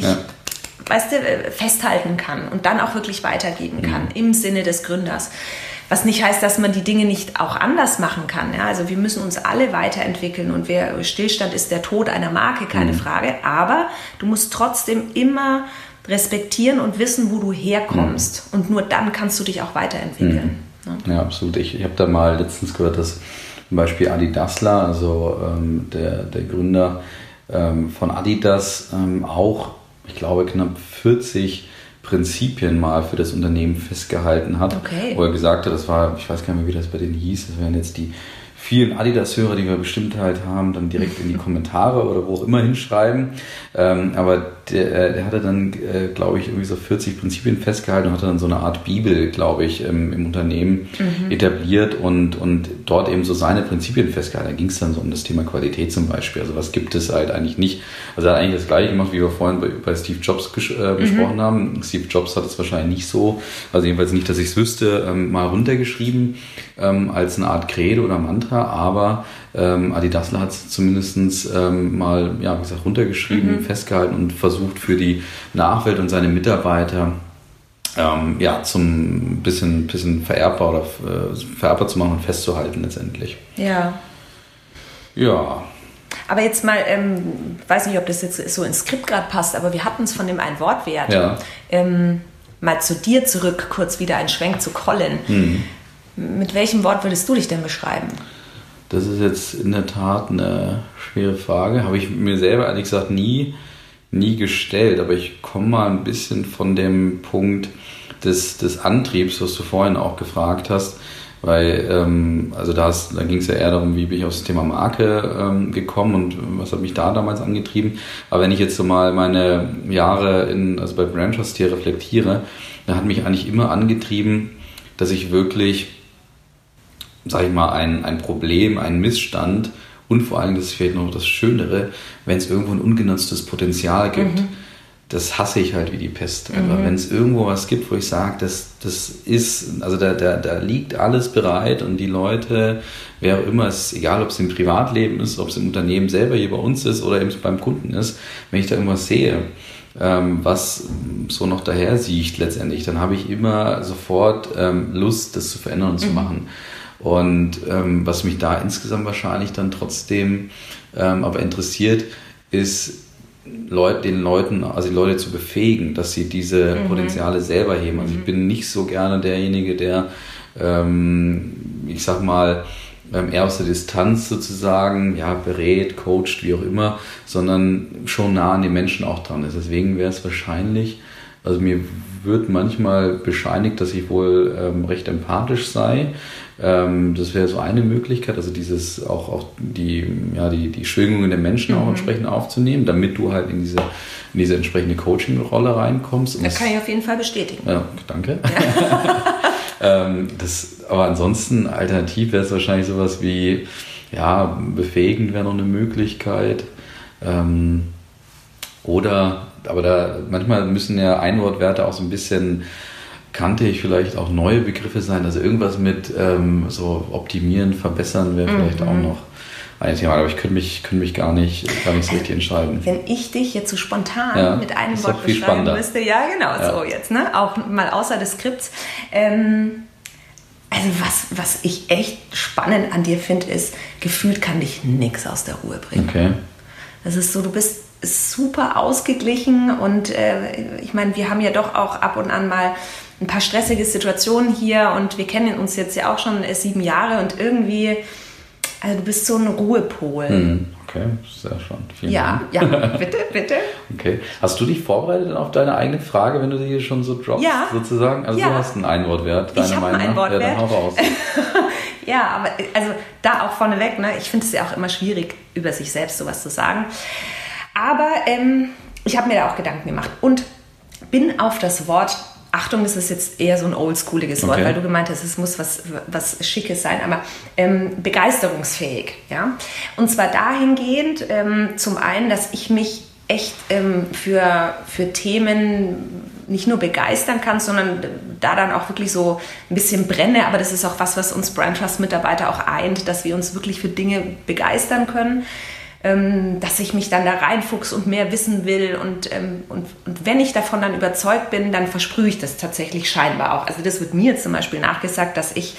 festhalten kann und dann auch wirklich weitergeben kann im Sinne des Gründers. Was nicht heißt, dass man die Dinge nicht auch anders machen kann. Ja? Also wir müssen uns alle weiterentwickeln und Stillstand ist der Tod einer Marke, keine Frage. Aber du musst trotzdem immer respektieren und wissen, wo du herkommst. Und nur dann kannst du dich auch weiterentwickeln. Ja, absolut. Ich habe da mal letztens gehört, dass zum Beispiel Adi Dassler, also der Gründer von Adidas, auch, ich glaube, knapp 40 Prinzipien mal für das Unternehmen festgehalten hat, wo er gesagt hat, das war, ich weiß gar nicht mehr, wie das bei denen hieß, das wären jetzt die vielen Adidas-Hörer, die wir bestimmt halt haben, dann direkt in die Kommentare oder wo auch immer hinschreiben. Aber der hatte dann, glaube ich, irgendwie so 40 Prinzipien festgehalten und hatte dann so eine Art Bibel, glaube ich, im Unternehmen etabliert und dort eben so seine Prinzipien festgehalten. Da ging es dann so um das Thema Qualität zum Beispiel. Also was gibt es halt eigentlich nicht. Also er hat eigentlich das Gleiche gemacht, wie wir vorhin bei Steve Jobs besprochen haben. Steve Jobs hat es wahrscheinlich nicht so, also jedenfalls nicht, dass ich es wüsste, mal runtergeschrieben als eine Art Credo oder Mantra, aber Adi Dassler hat es zumindest mal, ja, wie gesagt, runtergeschrieben, festgehalten und versucht für die Nachwelt und seine Mitarbeiter zum bisschen vererbbar oder vererbbar zu machen und festzuhalten letztendlich. Ja. Ja. Aber jetzt mal, weiß nicht, ob das jetzt so ins Skript gerade passt, aber wir hatten es von dem Ein-Wort-Wert. Ja. Mal zu dir zurück, kurz wieder einen Schwenk zu Colin. Mit welchem Wort würdest du dich denn beschreiben? Das ist jetzt in der Tat eine schwere Frage. Habe ich mir selber ehrlich gesagt nie gestellt. Aber ich komme mal ein bisschen von dem Punkt des Antriebs, was du vorhin auch gefragt hast. Weil, also da ging es ja eher darum, wie bin ich auf das Thema Marke gekommen und was hat mich da damals angetrieben. Aber wenn ich jetzt so mal meine Jahre bei Brand Trust hier reflektiere, dann hat mich eigentlich immer angetrieben, dass ich wirklich, sag ich mal, ein Problem, einen Missstand und vor allem, das ist vielleicht noch das Schönere, wenn es irgendwo ein ungenutztes Potenzial gibt. Das hasse ich halt wie die Pest. Wenn es irgendwo was gibt, wo ich sage, das ist, also da liegt alles bereit und die Leute, wer auch immer, es ist egal, ob es im Privatleben ist, ob es im Unternehmen selber hier bei uns ist oder eben beim Kunden ist, wenn ich da irgendwas sehe, was so noch daher sieht letztendlich, dann habe ich immer sofort Lust, das zu verändern und zu machen. Und was mich da insgesamt wahrscheinlich dann trotzdem aber interessiert, ist, die Leute zu befähigen, dass sie diese Potenziale selber heben. Also ich bin nicht so gerne derjenige, der, ich sag mal, eher aus der Distanz sozusagen, ja, berät, coacht, wie auch immer, sondern schon nah an den Menschen auch dran ist. Deswegen wäre es wahrscheinlich, also mir wird manchmal bescheinigt, dass ich wohl recht empathisch sei. Das wäre so eine Möglichkeit, also dieses auch die Schwingungen der Menschen auch entsprechend aufzunehmen, damit du halt in diese entsprechende Coaching-Rolle reinkommst. Das kann ich auf jeden Fall bestätigen. Ja, danke. Ja. Aber ansonsten, alternativ wäre es wahrscheinlich sowas wie, ja, befähigend wäre noch eine Möglichkeit. Aber manchmal müssen ja Einwortwerte auch so ein bisschen kantig vielleicht auch neue Begriffe sein, also irgendwas mit so optimieren, verbessern wäre vielleicht auch noch ein Thema, aber ich könnte mich gar nicht so richtig entscheiden. Wenn ich dich jetzt so spontan mit einem Wort beschreiben müsste, ja genau, so jetzt, ne? Auch mal außer des Skripts. Also was ich echt spannend an dir finde, ist, gefühlt kann dich nichts aus der Ruhe bringen. Okay. Das ist so, du bist super ausgeglichen und ich meine, wir haben ja doch auch ab und an mal ein paar stressige Situationen hier und wir kennen uns jetzt ja auch schon 7 Jahre und irgendwie, also du bist so ein Ruhepol. Okay, sehr schön. Vielen Dank. Ja, bitte. Okay. Hast du dich vorbereitet auf deine eigene Frage, wenn du die hier schon so droppst, sozusagen? Also du hast einen Einwortwert, deiner Meinung nach? Ich habe einen Einwortwert. Ja, dann hau raus. Ja, aber also da auch vorneweg, ne, ich finde es ja auch immer schwierig, über sich selbst sowas zu sagen. Aber ich habe mir da auch Gedanken gemacht und bin auf das Wort, Achtung, das ist jetzt eher so ein oldschooliges Wort, weil du gemeint hast, es muss was Schickes sein, aber begeisterungsfähig. Ja? Und zwar dahingehend, zum einen, dass ich mich echt für Themen nicht nur begeistern kann, sondern da dann auch wirklich so ein bisschen brenne. Aber das ist auch was uns Brand Trust Mitarbeiter auch eint, dass wir uns wirklich für Dinge begeistern können. Dass ich mich dann da reinfuchse und mehr wissen will und wenn ich davon dann überzeugt bin, dann versprühe ich das tatsächlich scheinbar auch. Also das wird mir zum Beispiel nachgesagt, dass ich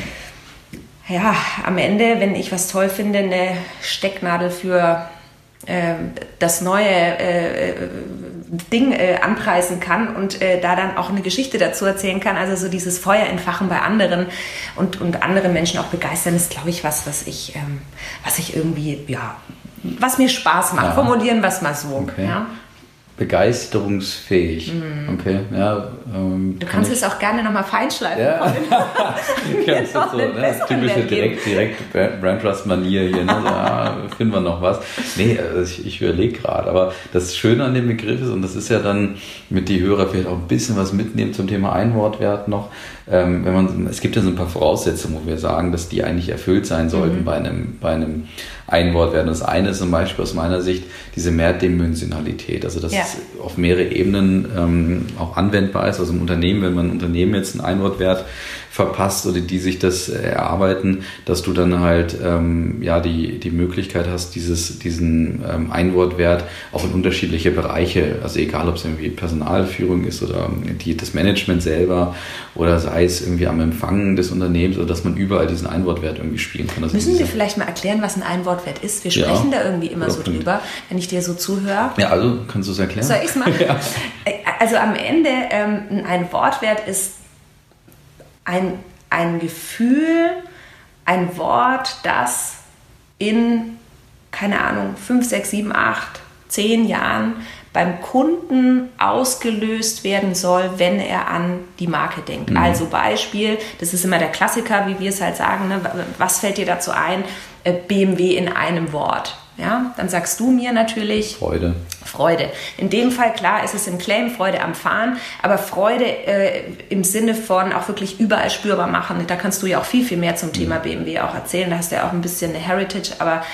am Ende, wenn ich was toll finde, eine Stecknadel für das neue Ding anpreisen kann und da dann auch eine Geschichte dazu erzählen kann. Also so dieses Feuer entfachen bei anderen und andere Menschen auch begeistern, ist, glaube ich, was ich irgendwie, was mir Spaß macht. Formulieren wir es mal so. Okay. Ja? Begeisterungsfähig. Okay, ja. Du kannst es auch gerne nochmal feinschleifen. Ja. Typische direkt Brand Trust Manier hier. Ne? Da finden wir noch was. Nee, ich überlege gerade. Aber das Schöne an dem Begriff ist, und das ist ja dann mit die Hörer vielleicht auch ein bisschen was mitnehmen zum Thema Einwortwert noch. Es gibt ja so ein paar Voraussetzungen, wo wir sagen, dass die eigentlich erfüllt sein sollten bei einem Einwortwert. Das eine ist zum Beispiel aus meiner Sicht diese Mehrdimensionalität, also dass es auf mehrere Ebenen auch anwendbar ist. also im Unternehmen, wenn man ein Unternehmen jetzt einen Einwortwert verpasst oder die sich das erarbeiten, dass du dann halt die Möglichkeit hast, diesen Einwortwert auch in unterschiedliche Bereiche, also egal ob es irgendwie Personalführung ist oder das Management selber oder sei es irgendwie am Empfang des Unternehmens, oder dass man überall diesen Einwortwert irgendwie spielen kann. Also müssen wir vielleicht mal erklären, was ein Einwortwert ist? Wir sprechen da irgendwie immer so drüber, wenn ich dir so zuhöre. Ja, also kannst du es erklären? Soll ich es machen? Ja. Also am Ende ein Wortwert ist ein Gefühl, ein Wort, das in, keine Ahnung, 5, 6, 7, 8, 10 Jahren beim Kunden ausgelöst werden soll, wenn er an die Marke denkt. Mhm. Also Beispiel, das ist immer der Klassiker, wie wir es halt sagen, ne? Was fällt dir dazu ein? BMW in einem Wort. Ja, dann sagst du mir natürlich Freude. In dem Fall, klar, ist es im Claim Freude am Fahren, aber Freude im Sinne von auch wirklich überall spürbar machen. Da kannst du ja auch viel, viel mehr zum Thema BMW auch erzählen. Da hast du ja auch ein bisschen eine Heritage, aber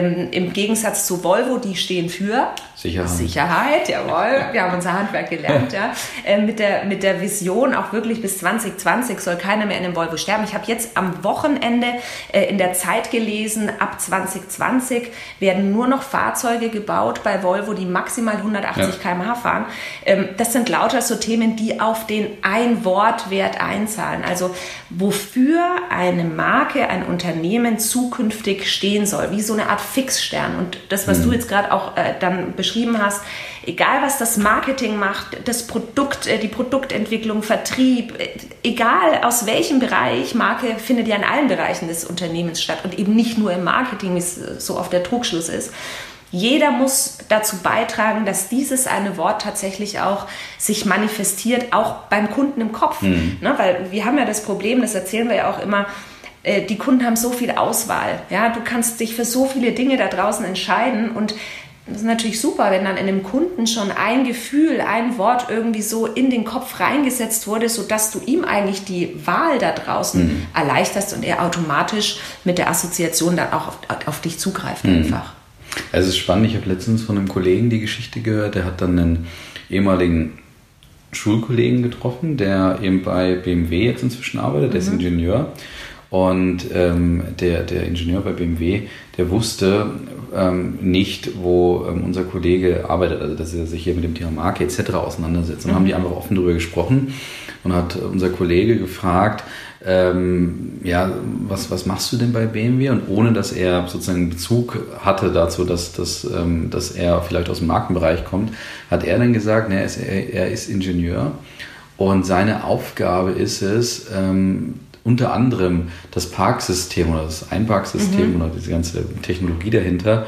im Gegensatz zu Volvo, die stehen für Sicherheit, jawohl. Wir haben unser Handwerk gelernt, ja. Mit der Vision auch wirklich bis 2020 soll keiner mehr in einem Volvo sterben. Ich habe jetzt am Wochenende in der Zeit gelesen, ab 2020 werden nur noch Fahrzeuge gebaut bei Volvo, die maximal 180 km/h fahren. Das sind lauter so Themen, die auf den Ein-Wort-Wert einzahlen. Also wofür eine Marke, ein Unternehmen zukünftig stehen soll, wie so eine Art Fixstern. Und das, was du jetzt gerade auch dann beschrieben hast, egal was das Marketing macht, das Produkt, die Produktentwicklung, Vertrieb, egal aus welchem Bereich, Marke findet ja in allen Bereichen des Unternehmens statt und eben nicht nur im Marketing, wie es so oft der Trugschluss ist. Jeder muss dazu beitragen, dass dieses eine Wort tatsächlich auch sich manifestiert, auch beim Kunden im Kopf. Mhm. Ne, weil wir haben ja das Problem, das erzählen wir ja auch immer, die Kunden haben so viel Auswahl. Ja? Du kannst dich für so viele Dinge da draußen entscheiden und das ist natürlich super, wenn dann in dem Kunden schon ein Gefühl, ein Wort irgendwie so in den Kopf reingesetzt wurde, sodass du ihm eigentlich die Wahl da draußen erleichterst und er automatisch mit der Assoziation dann auch auf dich zugreift einfach. Also es ist spannend, ich habe letztens von einem Kollegen die Geschichte gehört, der hat dann einen ehemaligen Schulkollegen getroffen, der eben bei BMW jetzt inzwischen arbeitet, der ist Ingenieur. Und der Ingenieur bei BMW, der wusste nicht, wo unser Kollege arbeitet, also dass er sich hier mit dem Thema Marke etc. auseinandersetzt. Und dann haben die einfach offen darüber gesprochen und hat unser Kollege gefragt, was machst du denn bei BMW? Und ohne, dass er sozusagen Bezug hatte dazu, dass er vielleicht aus dem Markenbereich kommt, hat er dann gesagt, er ist Ingenieur und seine Aufgabe ist es, unter anderem das Parksystem oder das Einparksystem oder diese ganze Technologie dahinter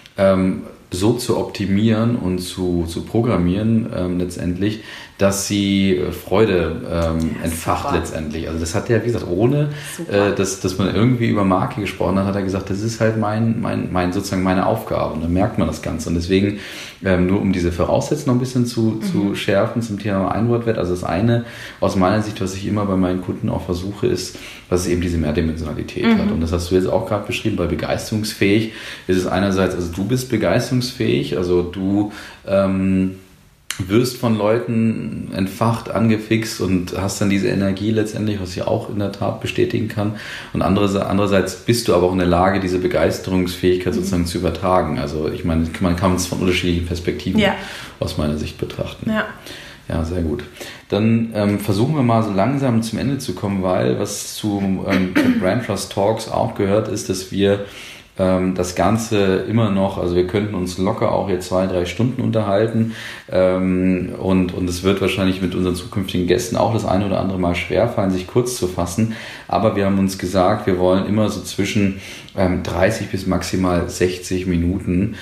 so zu optimieren und zu programmieren letztendlich, dass sie Freude entfacht super. Letztendlich. Also das hat er, wie gesagt, ohne dass man irgendwie über Marke gesprochen hat, hat er gesagt, das ist halt sozusagen meine Aufgabe. Und dann merkt man das Ganze. Und deswegen, nur um diese Voraussetzungen noch ein bisschen zu schärfen zum Thema Einwortwert. Also das eine aus meiner Sicht, was ich immer bei meinen Kunden auch versuche, ist, dass es eben diese Mehrdimensionalität hat. Und das hast du jetzt auch gerade beschrieben, bei begeisterungsfähig ist es einerseits, also du bist begeisterungsfähig, also du wirst von Leuten entfacht, angefixt und hast dann diese Energie letztendlich, was ich auch in der Tat bestätigen kann. Und andererseits bist du aber auch in der Lage, diese Begeisterungsfähigkeit sozusagen zu übertragen. Also ich meine, man kann es von unterschiedlichen Perspektiven aus meiner Sicht betrachten. Ja, sehr gut. Dann versuchen wir mal so langsam zum Ende zu kommen, weil was zu Brand Trust Talks auch gehört, ist, dass wir das Ganze immer noch, also wir könnten uns locker auch jetzt 2-3 Stunden unterhalten und es wird wahrscheinlich mit unseren zukünftigen Gästen auch das eine oder andere Mal schwerfallen, sich kurz zu fassen, aber wir haben uns gesagt, wir wollen immer so zwischen 30 bis maximal 60 Minuten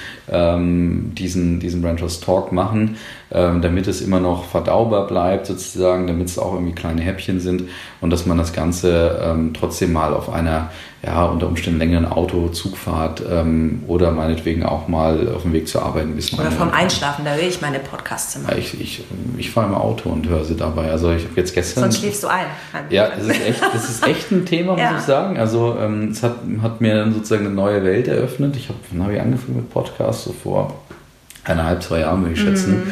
diesen Brand Trust Talk machen, damit es immer noch verdaubar bleibt sozusagen, damit es auch irgendwie kleine Häppchen sind und dass man das Ganze trotzdem mal auf einer unter Umständen längeren Autozugfahrt oder meinetwegen auch mal auf dem Weg zur Arbeit ein bisschen. Oder vom Einschlafen, da höre ich meine Podcasts immer. Ja, ich fahre im Auto und höre sie dabei. Also ich habe jetzt gestern... Sonst schläfst du ein. Ja, das ist echt ein Thema, muss ich sagen. Also es hat mir dann sozusagen eine neue Welt eröffnet. Wann habe ich angefangen mit Podcasts? So vor 1,5-2 Jahren, würde ich schätzen.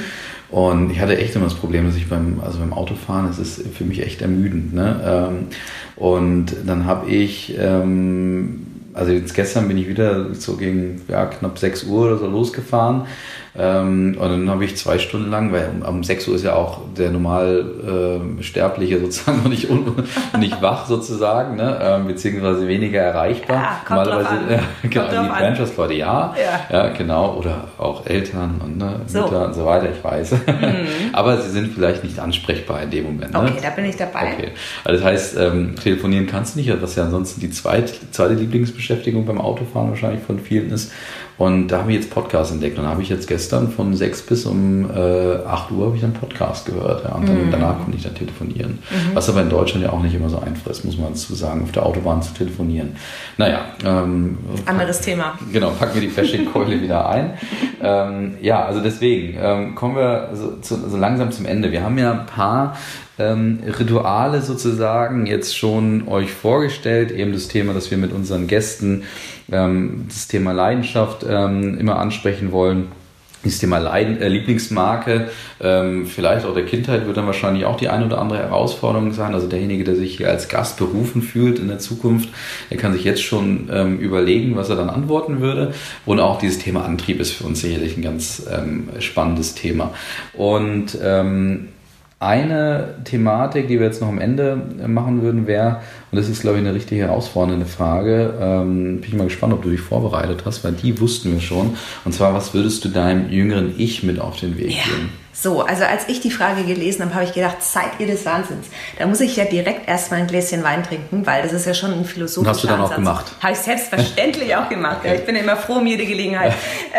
Und ich hatte echt immer das Problem, dass ich beim Autofahren, das ist für mich echt ermüdend. Ne? Und dann habe ich, also jetzt gestern bin ich wieder so gegen knapp 6 Uhr oder so losgefahren. Und dann habe ich 2 Stunden lang, weil um 6 Uhr ist ja auch der Sterbliche sozusagen noch nicht wach sozusagen, ne? Beziehungsweise weniger erreichbar. Ja, kommt normalerweise die Branchers-Leute ja, genau, oder auch Eltern und Mütter und so weiter, ich weiß. Aber sie sind vielleicht nicht ansprechbar in dem Moment. Ne? Okay, da bin ich dabei. Okay. Also das heißt, telefonieren kannst du nicht, was ja ansonsten die zweite Lieblingsbeschäftigung beim Autofahren wahrscheinlich von vielen ist. Und da habe ich jetzt Podcast entdeckt und da habe ich jetzt gestern von 6 bis um 8 Uhr habe ich einen Podcast gehört. Ja, und dann, danach konnte ich dann telefonieren. Was aber in Deutschland ja auch nicht immer so einfach ist, muss man dazu sagen, auf der Autobahn zu telefonieren. Naja. Anderes Thema. Genau, packen wir die Flashing-Keule wieder ein. Also deswegen kommen wir so langsam zum Ende. Wir haben ja ein paar Rituale sozusagen jetzt schon euch vorgestellt. Eben das Thema, das wir mit unseren Gästen das Thema Leidenschaft immer ansprechen wollen. Das Thema Lieblingsmarke, vielleicht auch der Kindheit wird dann wahrscheinlich auch die eine oder andere Herausforderung sein. Also derjenige, der sich hier als Gast berufen fühlt in der Zukunft, der kann sich jetzt schon überlegen, was er dann antworten würde. Und auch dieses Thema Antrieb ist für uns sicherlich ein ganz spannendes Thema. Und eine Thematik, die wir jetzt noch am Ende machen würden, wäre, und das ist, glaube ich, eine richtig herausfordernde Frage, bin ich mal gespannt, ob du dich vorbereitet hast, weil die wussten wir schon. Und zwar, was würdest du deinem jüngeren Ich mit auf den Weg geben? So, also als ich die Frage gelesen habe, habe ich gedacht, seid ihr des Wahnsinns? Da muss ich ja direkt erstmal ein Gläschen Wein trinken, weil das ist ja schon ein philosophischer Ansatz. Hast du dann auch gemacht? Habe ich selbstverständlich auch gemacht. Okay. Ja, ich bin immer froh um jede Gelegenheit.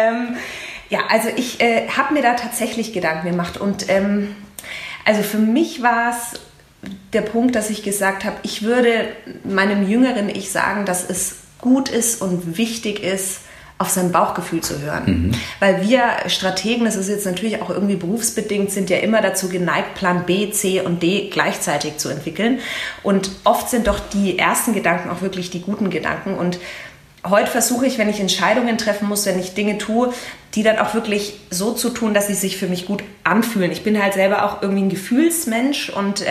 Also ich habe mir da tatsächlich Gedanken gemacht und also für mich war es der Punkt, dass ich gesagt habe, ich würde meinem jüngeren Ich sagen, dass es gut ist und wichtig ist, auf sein Bauchgefühl zu hören. Weil wir Strategen, das ist jetzt natürlich auch irgendwie berufsbedingt, sind ja immer dazu geneigt, Plan B, C und D gleichzeitig zu entwickeln. Und oft sind doch die ersten Gedanken auch wirklich die guten Gedanken. Und heute versuche ich, wenn ich Entscheidungen treffen muss, wenn ich Dinge tue, die dann auch wirklich so zu tun, dass sie sich für mich gut anfühlen. Ich bin halt selber auch irgendwie ein Gefühlsmensch und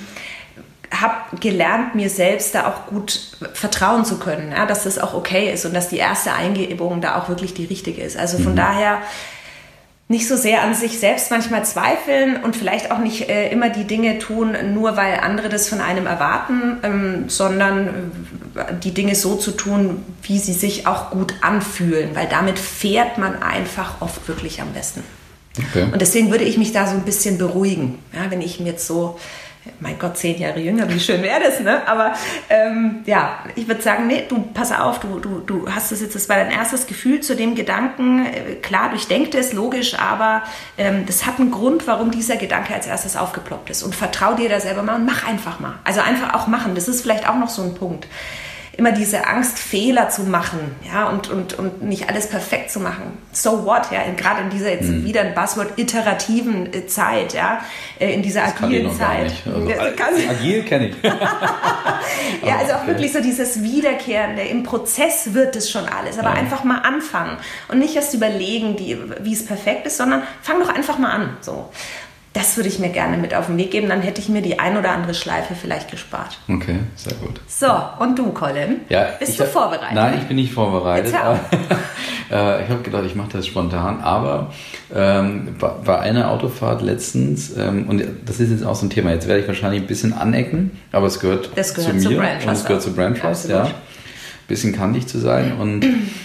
habe gelernt, mir selbst da auch gut vertrauen zu können, ja, dass das auch okay ist und dass die erste Eingebung da auch wirklich die richtige ist. Also von daher nicht so sehr an sich selbst manchmal zweifeln und vielleicht auch nicht immer die Dinge tun, nur weil andere das von einem erwarten, sondern die Dinge so zu tun, wie sie sich auch gut anfühlen, weil damit fährt man einfach oft wirklich am besten. Okay. Und deswegen würde ich mich da so ein bisschen beruhigen, ja, wenn ich mir jetzt so, mein Gott, 10 Jahre jünger, wie schön wäre das, ne? Aber ich würde sagen, nee, du pass auf, du hast das war dein erstes Gefühl zu dem Gedanken, klar, durchdenkt es, logisch, aber das hat einen Grund, warum dieser Gedanke als erstes aufgeploppt ist und vertrau dir da selber mal und mach einfach mal. Also einfach auch machen, das ist vielleicht auch noch so ein Punkt. Immer diese Angst, Fehler zu machen, ja, und nicht alles perfekt zu machen. So what, ja, gerade in dieser jetzt wieder ein Buzzword iterativen Zeit, ja, in dieser agilen Zeit. Also, agil kenne ich. Ja, also auch wirklich so dieses Wiederkehrende, im Prozess wird es schon alles, aber einfach mal anfangen und nicht erst überlegen, wie es perfekt ist, sondern fang doch einfach mal an, so. Das würde ich mir gerne mit auf den Weg geben, dann hätte ich mir die ein oder andere Schleife vielleicht gespart. Okay, sehr gut. So, und du, Colin? Ja, bist du vorbereitet? Nein, ich bin nicht vorbereitet. Ich habe gedacht, ich mache das spontan, aber bei einer Autofahrt letztens, und das ist jetzt auch so ein Thema, jetzt werde ich wahrscheinlich ein bisschen anecken, aber es gehört zu mir und es gehört zu Brandtrust, ja. Ein bisschen kantig zu sein und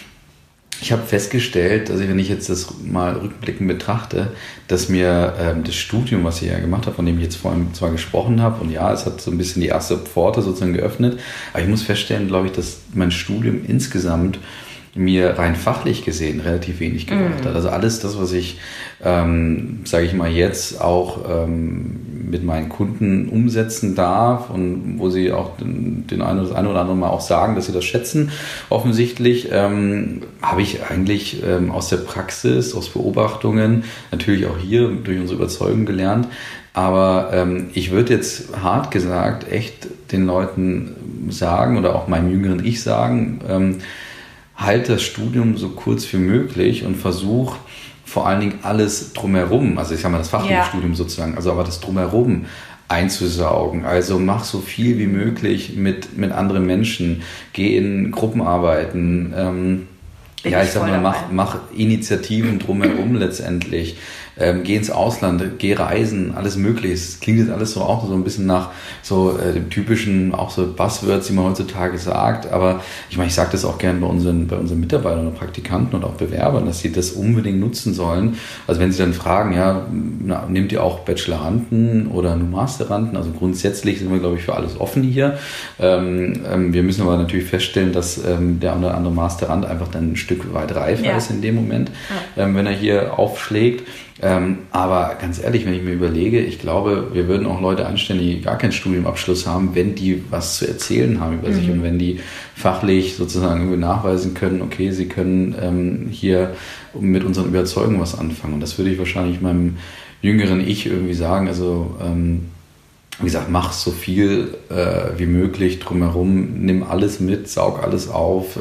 ich habe festgestellt, also wenn ich jetzt das mal rückblickend betrachte, dass mir das Studium, was ich ja gemacht habe, von dem ich jetzt vorhin zwar gesprochen habe, und ja, es hat so ein bisschen die erste Pforte sozusagen geöffnet, aber ich muss feststellen, glaube ich, dass mein Studium insgesamt mir rein fachlich gesehen relativ wenig gebracht hat. Also alles das, was ich, sage ich mal, jetzt auch mit meinen Kunden umsetzen darf und wo sie auch das eine oder andere Mal auch sagen, dass sie das schätzen, offensichtlich, habe ich eigentlich aus der Praxis, aus Beobachtungen, natürlich auch hier durch unsere Überzeugung gelernt. Aber ich würde jetzt hart gesagt echt den Leuten sagen oder auch meinem jüngeren Ich sagen, halt das Studium so kurz wie möglich und versuch vor allen Dingen alles drumherum, also ich sag mal das fachliche Studium sozusagen, also aber das drumherum einzusaugen. Also mach so viel wie möglich mit anderen Menschen, geh in Gruppenarbeiten, ich sag mal, mach Initiativen drumherum letztendlich. Geh ins Ausland, geh reisen, alles mögliche. Es klingt jetzt alles so auch so ein bisschen nach so dem typischen, auch so Buzzwords, die man heutzutage sagt. Aber ich meine, ich sage das auch gerne bei unseren Mitarbeitern und Praktikanten und auch Bewerbern, dass sie das unbedingt nutzen sollen. Also wenn sie dann fragen, nehmt ihr auch Bacheloranden oder nur Masteranden? Also grundsätzlich sind wir, glaube ich, für alles offen hier. Wir müssen aber natürlich feststellen, dass der oder andere Masterand einfach dann ein Stück weit reifer ist in dem Moment, wenn er hier aufschlägt. Aber ganz ehrlich, wenn ich mir überlege, ich glaube, wir würden auch Leute einstellen, die gar keinen Studiumabschluss haben, wenn die was zu erzählen haben über sich und wenn die fachlich sozusagen irgendwie nachweisen können, okay, sie können hier mit unseren Überzeugungen was anfangen. Und das würde ich wahrscheinlich meinem jüngeren Ich irgendwie sagen. Also wie gesagt, mach so viel wie möglich drumherum, nimm alles mit, saug alles auf.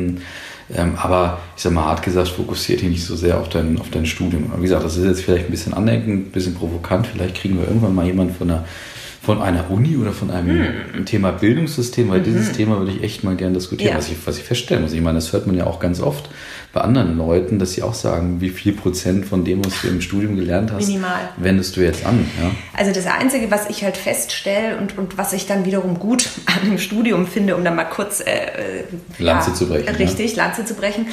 Aber ich sag mal, hart gesagt, fokussiert dich nicht so sehr auf dein Studium. Aber wie gesagt, das ist jetzt vielleicht ein bisschen aneckend, ein bisschen provokant. Vielleicht kriegen wir irgendwann mal jemanden von einer Uni oder von einem Thema Bildungssystem, weil dieses Thema würde ich echt mal gerne diskutieren, was ich feststellen muss. Ich meine, das hört man ja auch ganz oft bei anderen Leuten, dass sie auch sagen, wie viel Prozent von dem, was du im Studium gelernt hast, wendest du jetzt an? Ja? Also das Einzige, was ich halt feststelle und was ich dann wiederum gut an dem Studium finde, um dann mal kurz Lanze zu brechen. Richtig, Lanze zu brechen.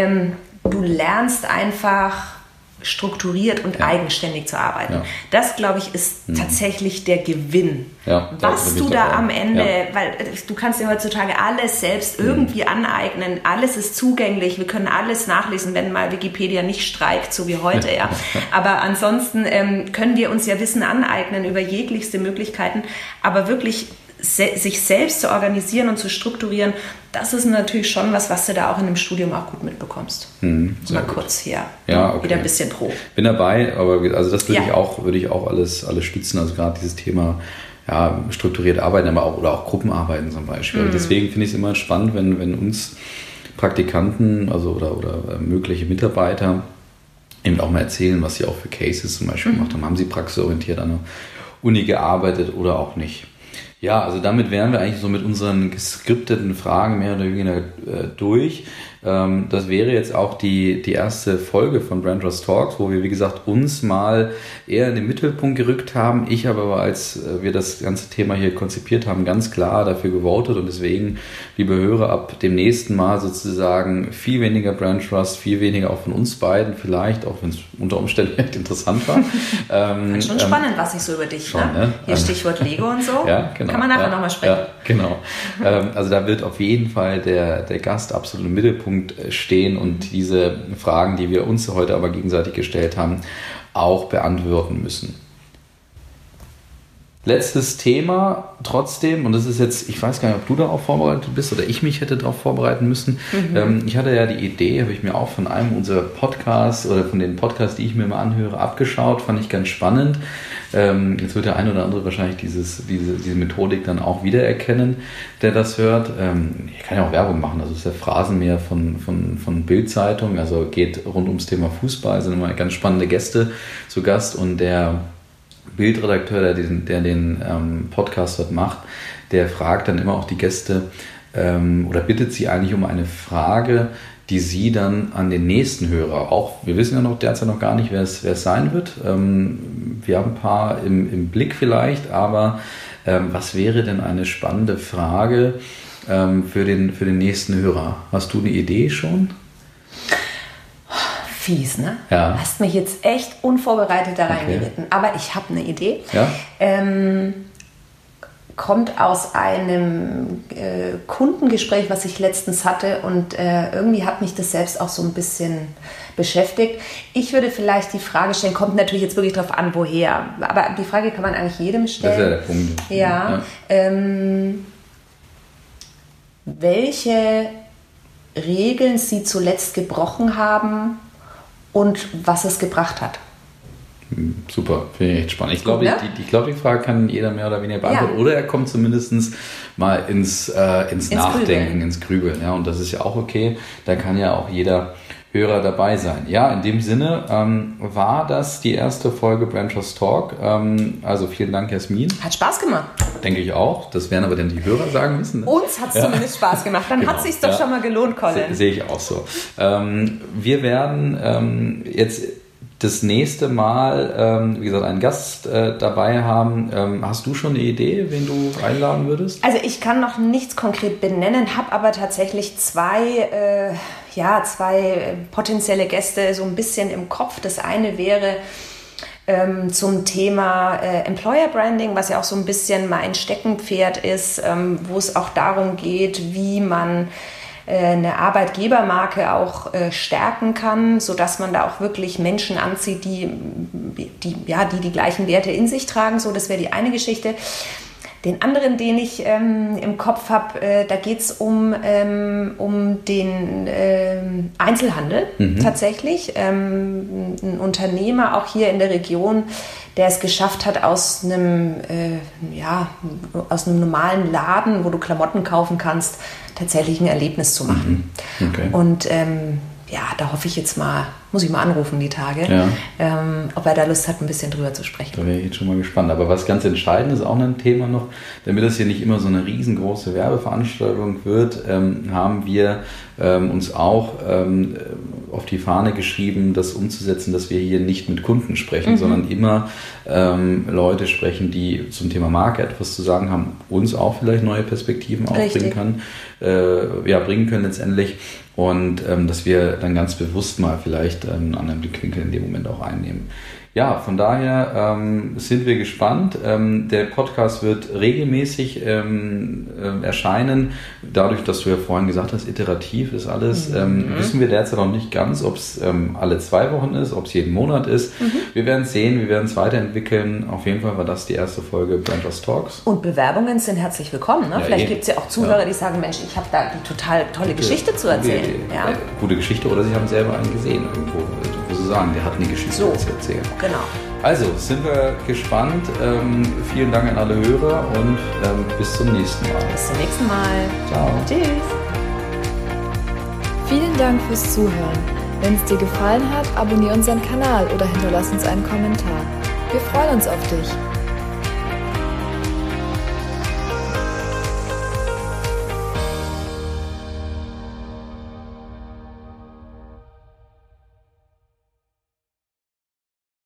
Du lernst einfach strukturiert und eigenständig zu arbeiten. Ja. Das, glaube ich, ist tatsächlich der Gewinn. Ja, was du da am Ende, weil du kannst dir heutzutage alles selbst irgendwie aneignen, alles ist zugänglich, wir können alles nachlesen, wenn mal Wikipedia nicht streikt, so wie heute, Aber ansonsten können wir uns ja Wissen aneignen über jeglichste Möglichkeiten, aber wirklich sich selbst zu organisieren und zu strukturieren, das ist natürlich schon was du da auch in dem Studium auch gut mitbekommst. Mal kurz hier wieder ein bisschen pro. Bin dabei, aber also das würde ich auch alles stützen, also gerade dieses Thema strukturiert arbeiten, aber auch Gruppenarbeiten zum Beispiel. Deswegen finde ich es immer spannend, wenn uns Praktikanten oder mögliche Mitarbeiter eben auch mal erzählen, was sie auch für Cases zum Beispiel gemacht haben. Haben sie praxisorientiert an der Uni gearbeitet oder auch nicht? Ja, also damit wären wir eigentlich so mit unseren geskripteten Fragen mehr oder weniger durch. Das wäre jetzt auch die erste Folge von Brand Trust Talks, wo wir, wie gesagt, uns mal eher in den Mittelpunkt gerückt haben. Ich habe aber, als wir das ganze Thema hier konzipiert haben, ganz klar dafür gewotet und deswegen, liebe Hörer, ab dem nächsten Mal sozusagen viel weniger Brand Trust, viel weniger auch von uns beiden vielleicht, auch wenn es unter Umständen echt interessant war. Schon spannend, was ich so über dich, ne? Hier Stichwort Lego und so. Ja, genau. Kann man nachher nochmal sprechen. Ja, genau. Also da wird auf jeden Fall der Gast absolut im Mittelpunkt stehen und diese Fragen, die wir uns heute aber gegenseitig gestellt haben, auch beantworten müssen. Letztes Thema trotzdem, und das ist jetzt, ich weiß gar nicht, ob du darauf vorbereitet bist oder ich mich hätte darauf vorbereiten müssen. Ich hatte ja die Idee, habe ich mir auch von einem unserer Podcasts oder von den Podcasts, die ich mir mal anhöre, abgeschaut, fand ich ganz spannend. Jetzt wird der ein oder andere wahrscheinlich diese Methodik dann auch wiedererkennen, der das hört. Ich kann ja auch Werbung machen, also es ist der Phrasenmäher von Bild-Zeitung, also geht rund ums Thema Fußball, sind immer ganz spannende Gäste zu Gast und der Bildredakteur, der den Podcast dort macht, der fragt dann immer auch die Gäste oder bittet sie eigentlich um eine Frage, die sie dann an den nächsten Hörer, auch wir wissen ja noch derzeit noch gar nicht, wer es sein wird. Wir haben ein paar im Blick vielleicht, aber was wäre denn eine spannende Frage für den nächsten Hörer? Hast du eine Idee schon? Fies, ne? Ja. Hast mich jetzt echt unvorbereitet da reingeritten. Aber ich habe eine Idee. Ja? Kommt aus einem Kundengespräch, was ich letztens hatte und irgendwie hat mich das selbst auch so ein bisschen beschäftigt. Ich würde vielleicht die Frage stellen, kommt natürlich jetzt wirklich darauf an, woher, aber die Frage kann man eigentlich jedem stellen. Das ist ja der Punkt. Ja. Welche Regeln Sie zuletzt gebrochen haben und was es gebracht hat? Super, finde ich echt spannend. Ich glaube, die Frage kann jeder mehr oder weniger beantworten. Ja. Oder er kommt zumindest mal ins Nachdenken, ins Grübeln. Ja, und das ist ja auch okay. Da kann ja auch jeder Hörer dabei sein. Ja, in dem Sinne war das die erste Folge Brand Trust Talk. Also vielen Dank, Jasmin. Hat Spaß gemacht. Denke ich auch. Das werden aber dann die Hörer sagen müssen. Ne? Uns hat es zumindest Spaß gemacht. Dann hat es sich doch schon mal gelohnt, Colin. Sehe ich auch so. Wir werden jetzt das nächste Mal, wie gesagt, einen Gast dabei haben. Hast du schon eine Idee, wen du einladen würdest? Also ich kann noch nichts konkret benennen, habe aber tatsächlich zwei potenzielle Gäste so ein bisschen im Kopf. Das eine wäre zum Thema Employer Branding, was ja auch so ein bisschen mein Steckenpferd ist, wo es auch darum geht, wie man eine Arbeitgebermarke auch stärken kann, sodass man da auch wirklich Menschen anzieht, die gleichen Werte in sich tragen. So, das wäre die eine Geschichte. Den anderen, den ich im Kopf habe, da geht es um den Einzelhandel tatsächlich. Ein Unternehmer auch hier in der Region, der es geschafft hat, aus einem normalen Laden, wo du Klamotten kaufen kannst, tatsächlich ein Erlebnis zu machen. Okay. Und da hoffe ich jetzt mal, muss ich mal anrufen die Tage, ob er da Lust hat, ein bisschen drüber zu sprechen. Da wäre ich jetzt schon mal gespannt. Aber was ganz entscheidend ist, auch ein Thema noch, damit das hier nicht immer so eine riesengroße Werbeveranstaltung wird, haben wir uns auch auf die Fahne geschrieben, das umzusetzen, dass wir hier nicht mit Kunden sprechen, sondern immer Leute sprechen, die zum Thema Marke etwas zu sagen haben, uns auch vielleicht neue Perspektiven bringen können letztendlich. Und dass wir dann ganz bewusst mal vielleicht einen anderen Blickwinkel in dem Moment auch einnehmen. Ja, von daher sind wir gespannt. Der Podcast wird regelmäßig erscheinen. Dadurch, dass du ja vorhin gesagt hast, iterativ ist alles, wissen wir derzeit noch nicht ganz, ob es alle 2 Wochen ist, ob es jeden Monat ist. Wir werden es sehen, wir werden es weiterentwickeln. Auf jeden Fall war das die erste Folge Brand Trust Talks. Und Bewerbungen sind herzlich willkommen. Ne? Vielleicht gibt es ja auch Zuhörer, die sagen, Mensch, ich habe da eine total tolle Geschichte zu erzählen. Gute Geschichte, oder sie haben selber einen gesehen irgendwo, wo sie sagen, der hat eine Geschichte zu erzählen. Genau. Also, sind wir gespannt. Vielen Dank an alle Hörer und bis zum nächsten Mal. Bis zum nächsten Mal. Ciao. Tschüss. Vielen Dank fürs Zuhören. Wenn es dir gefallen hat, abonniere unseren Kanal oder hinterlass uns einen Kommentar. Wir freuen uns auf dich.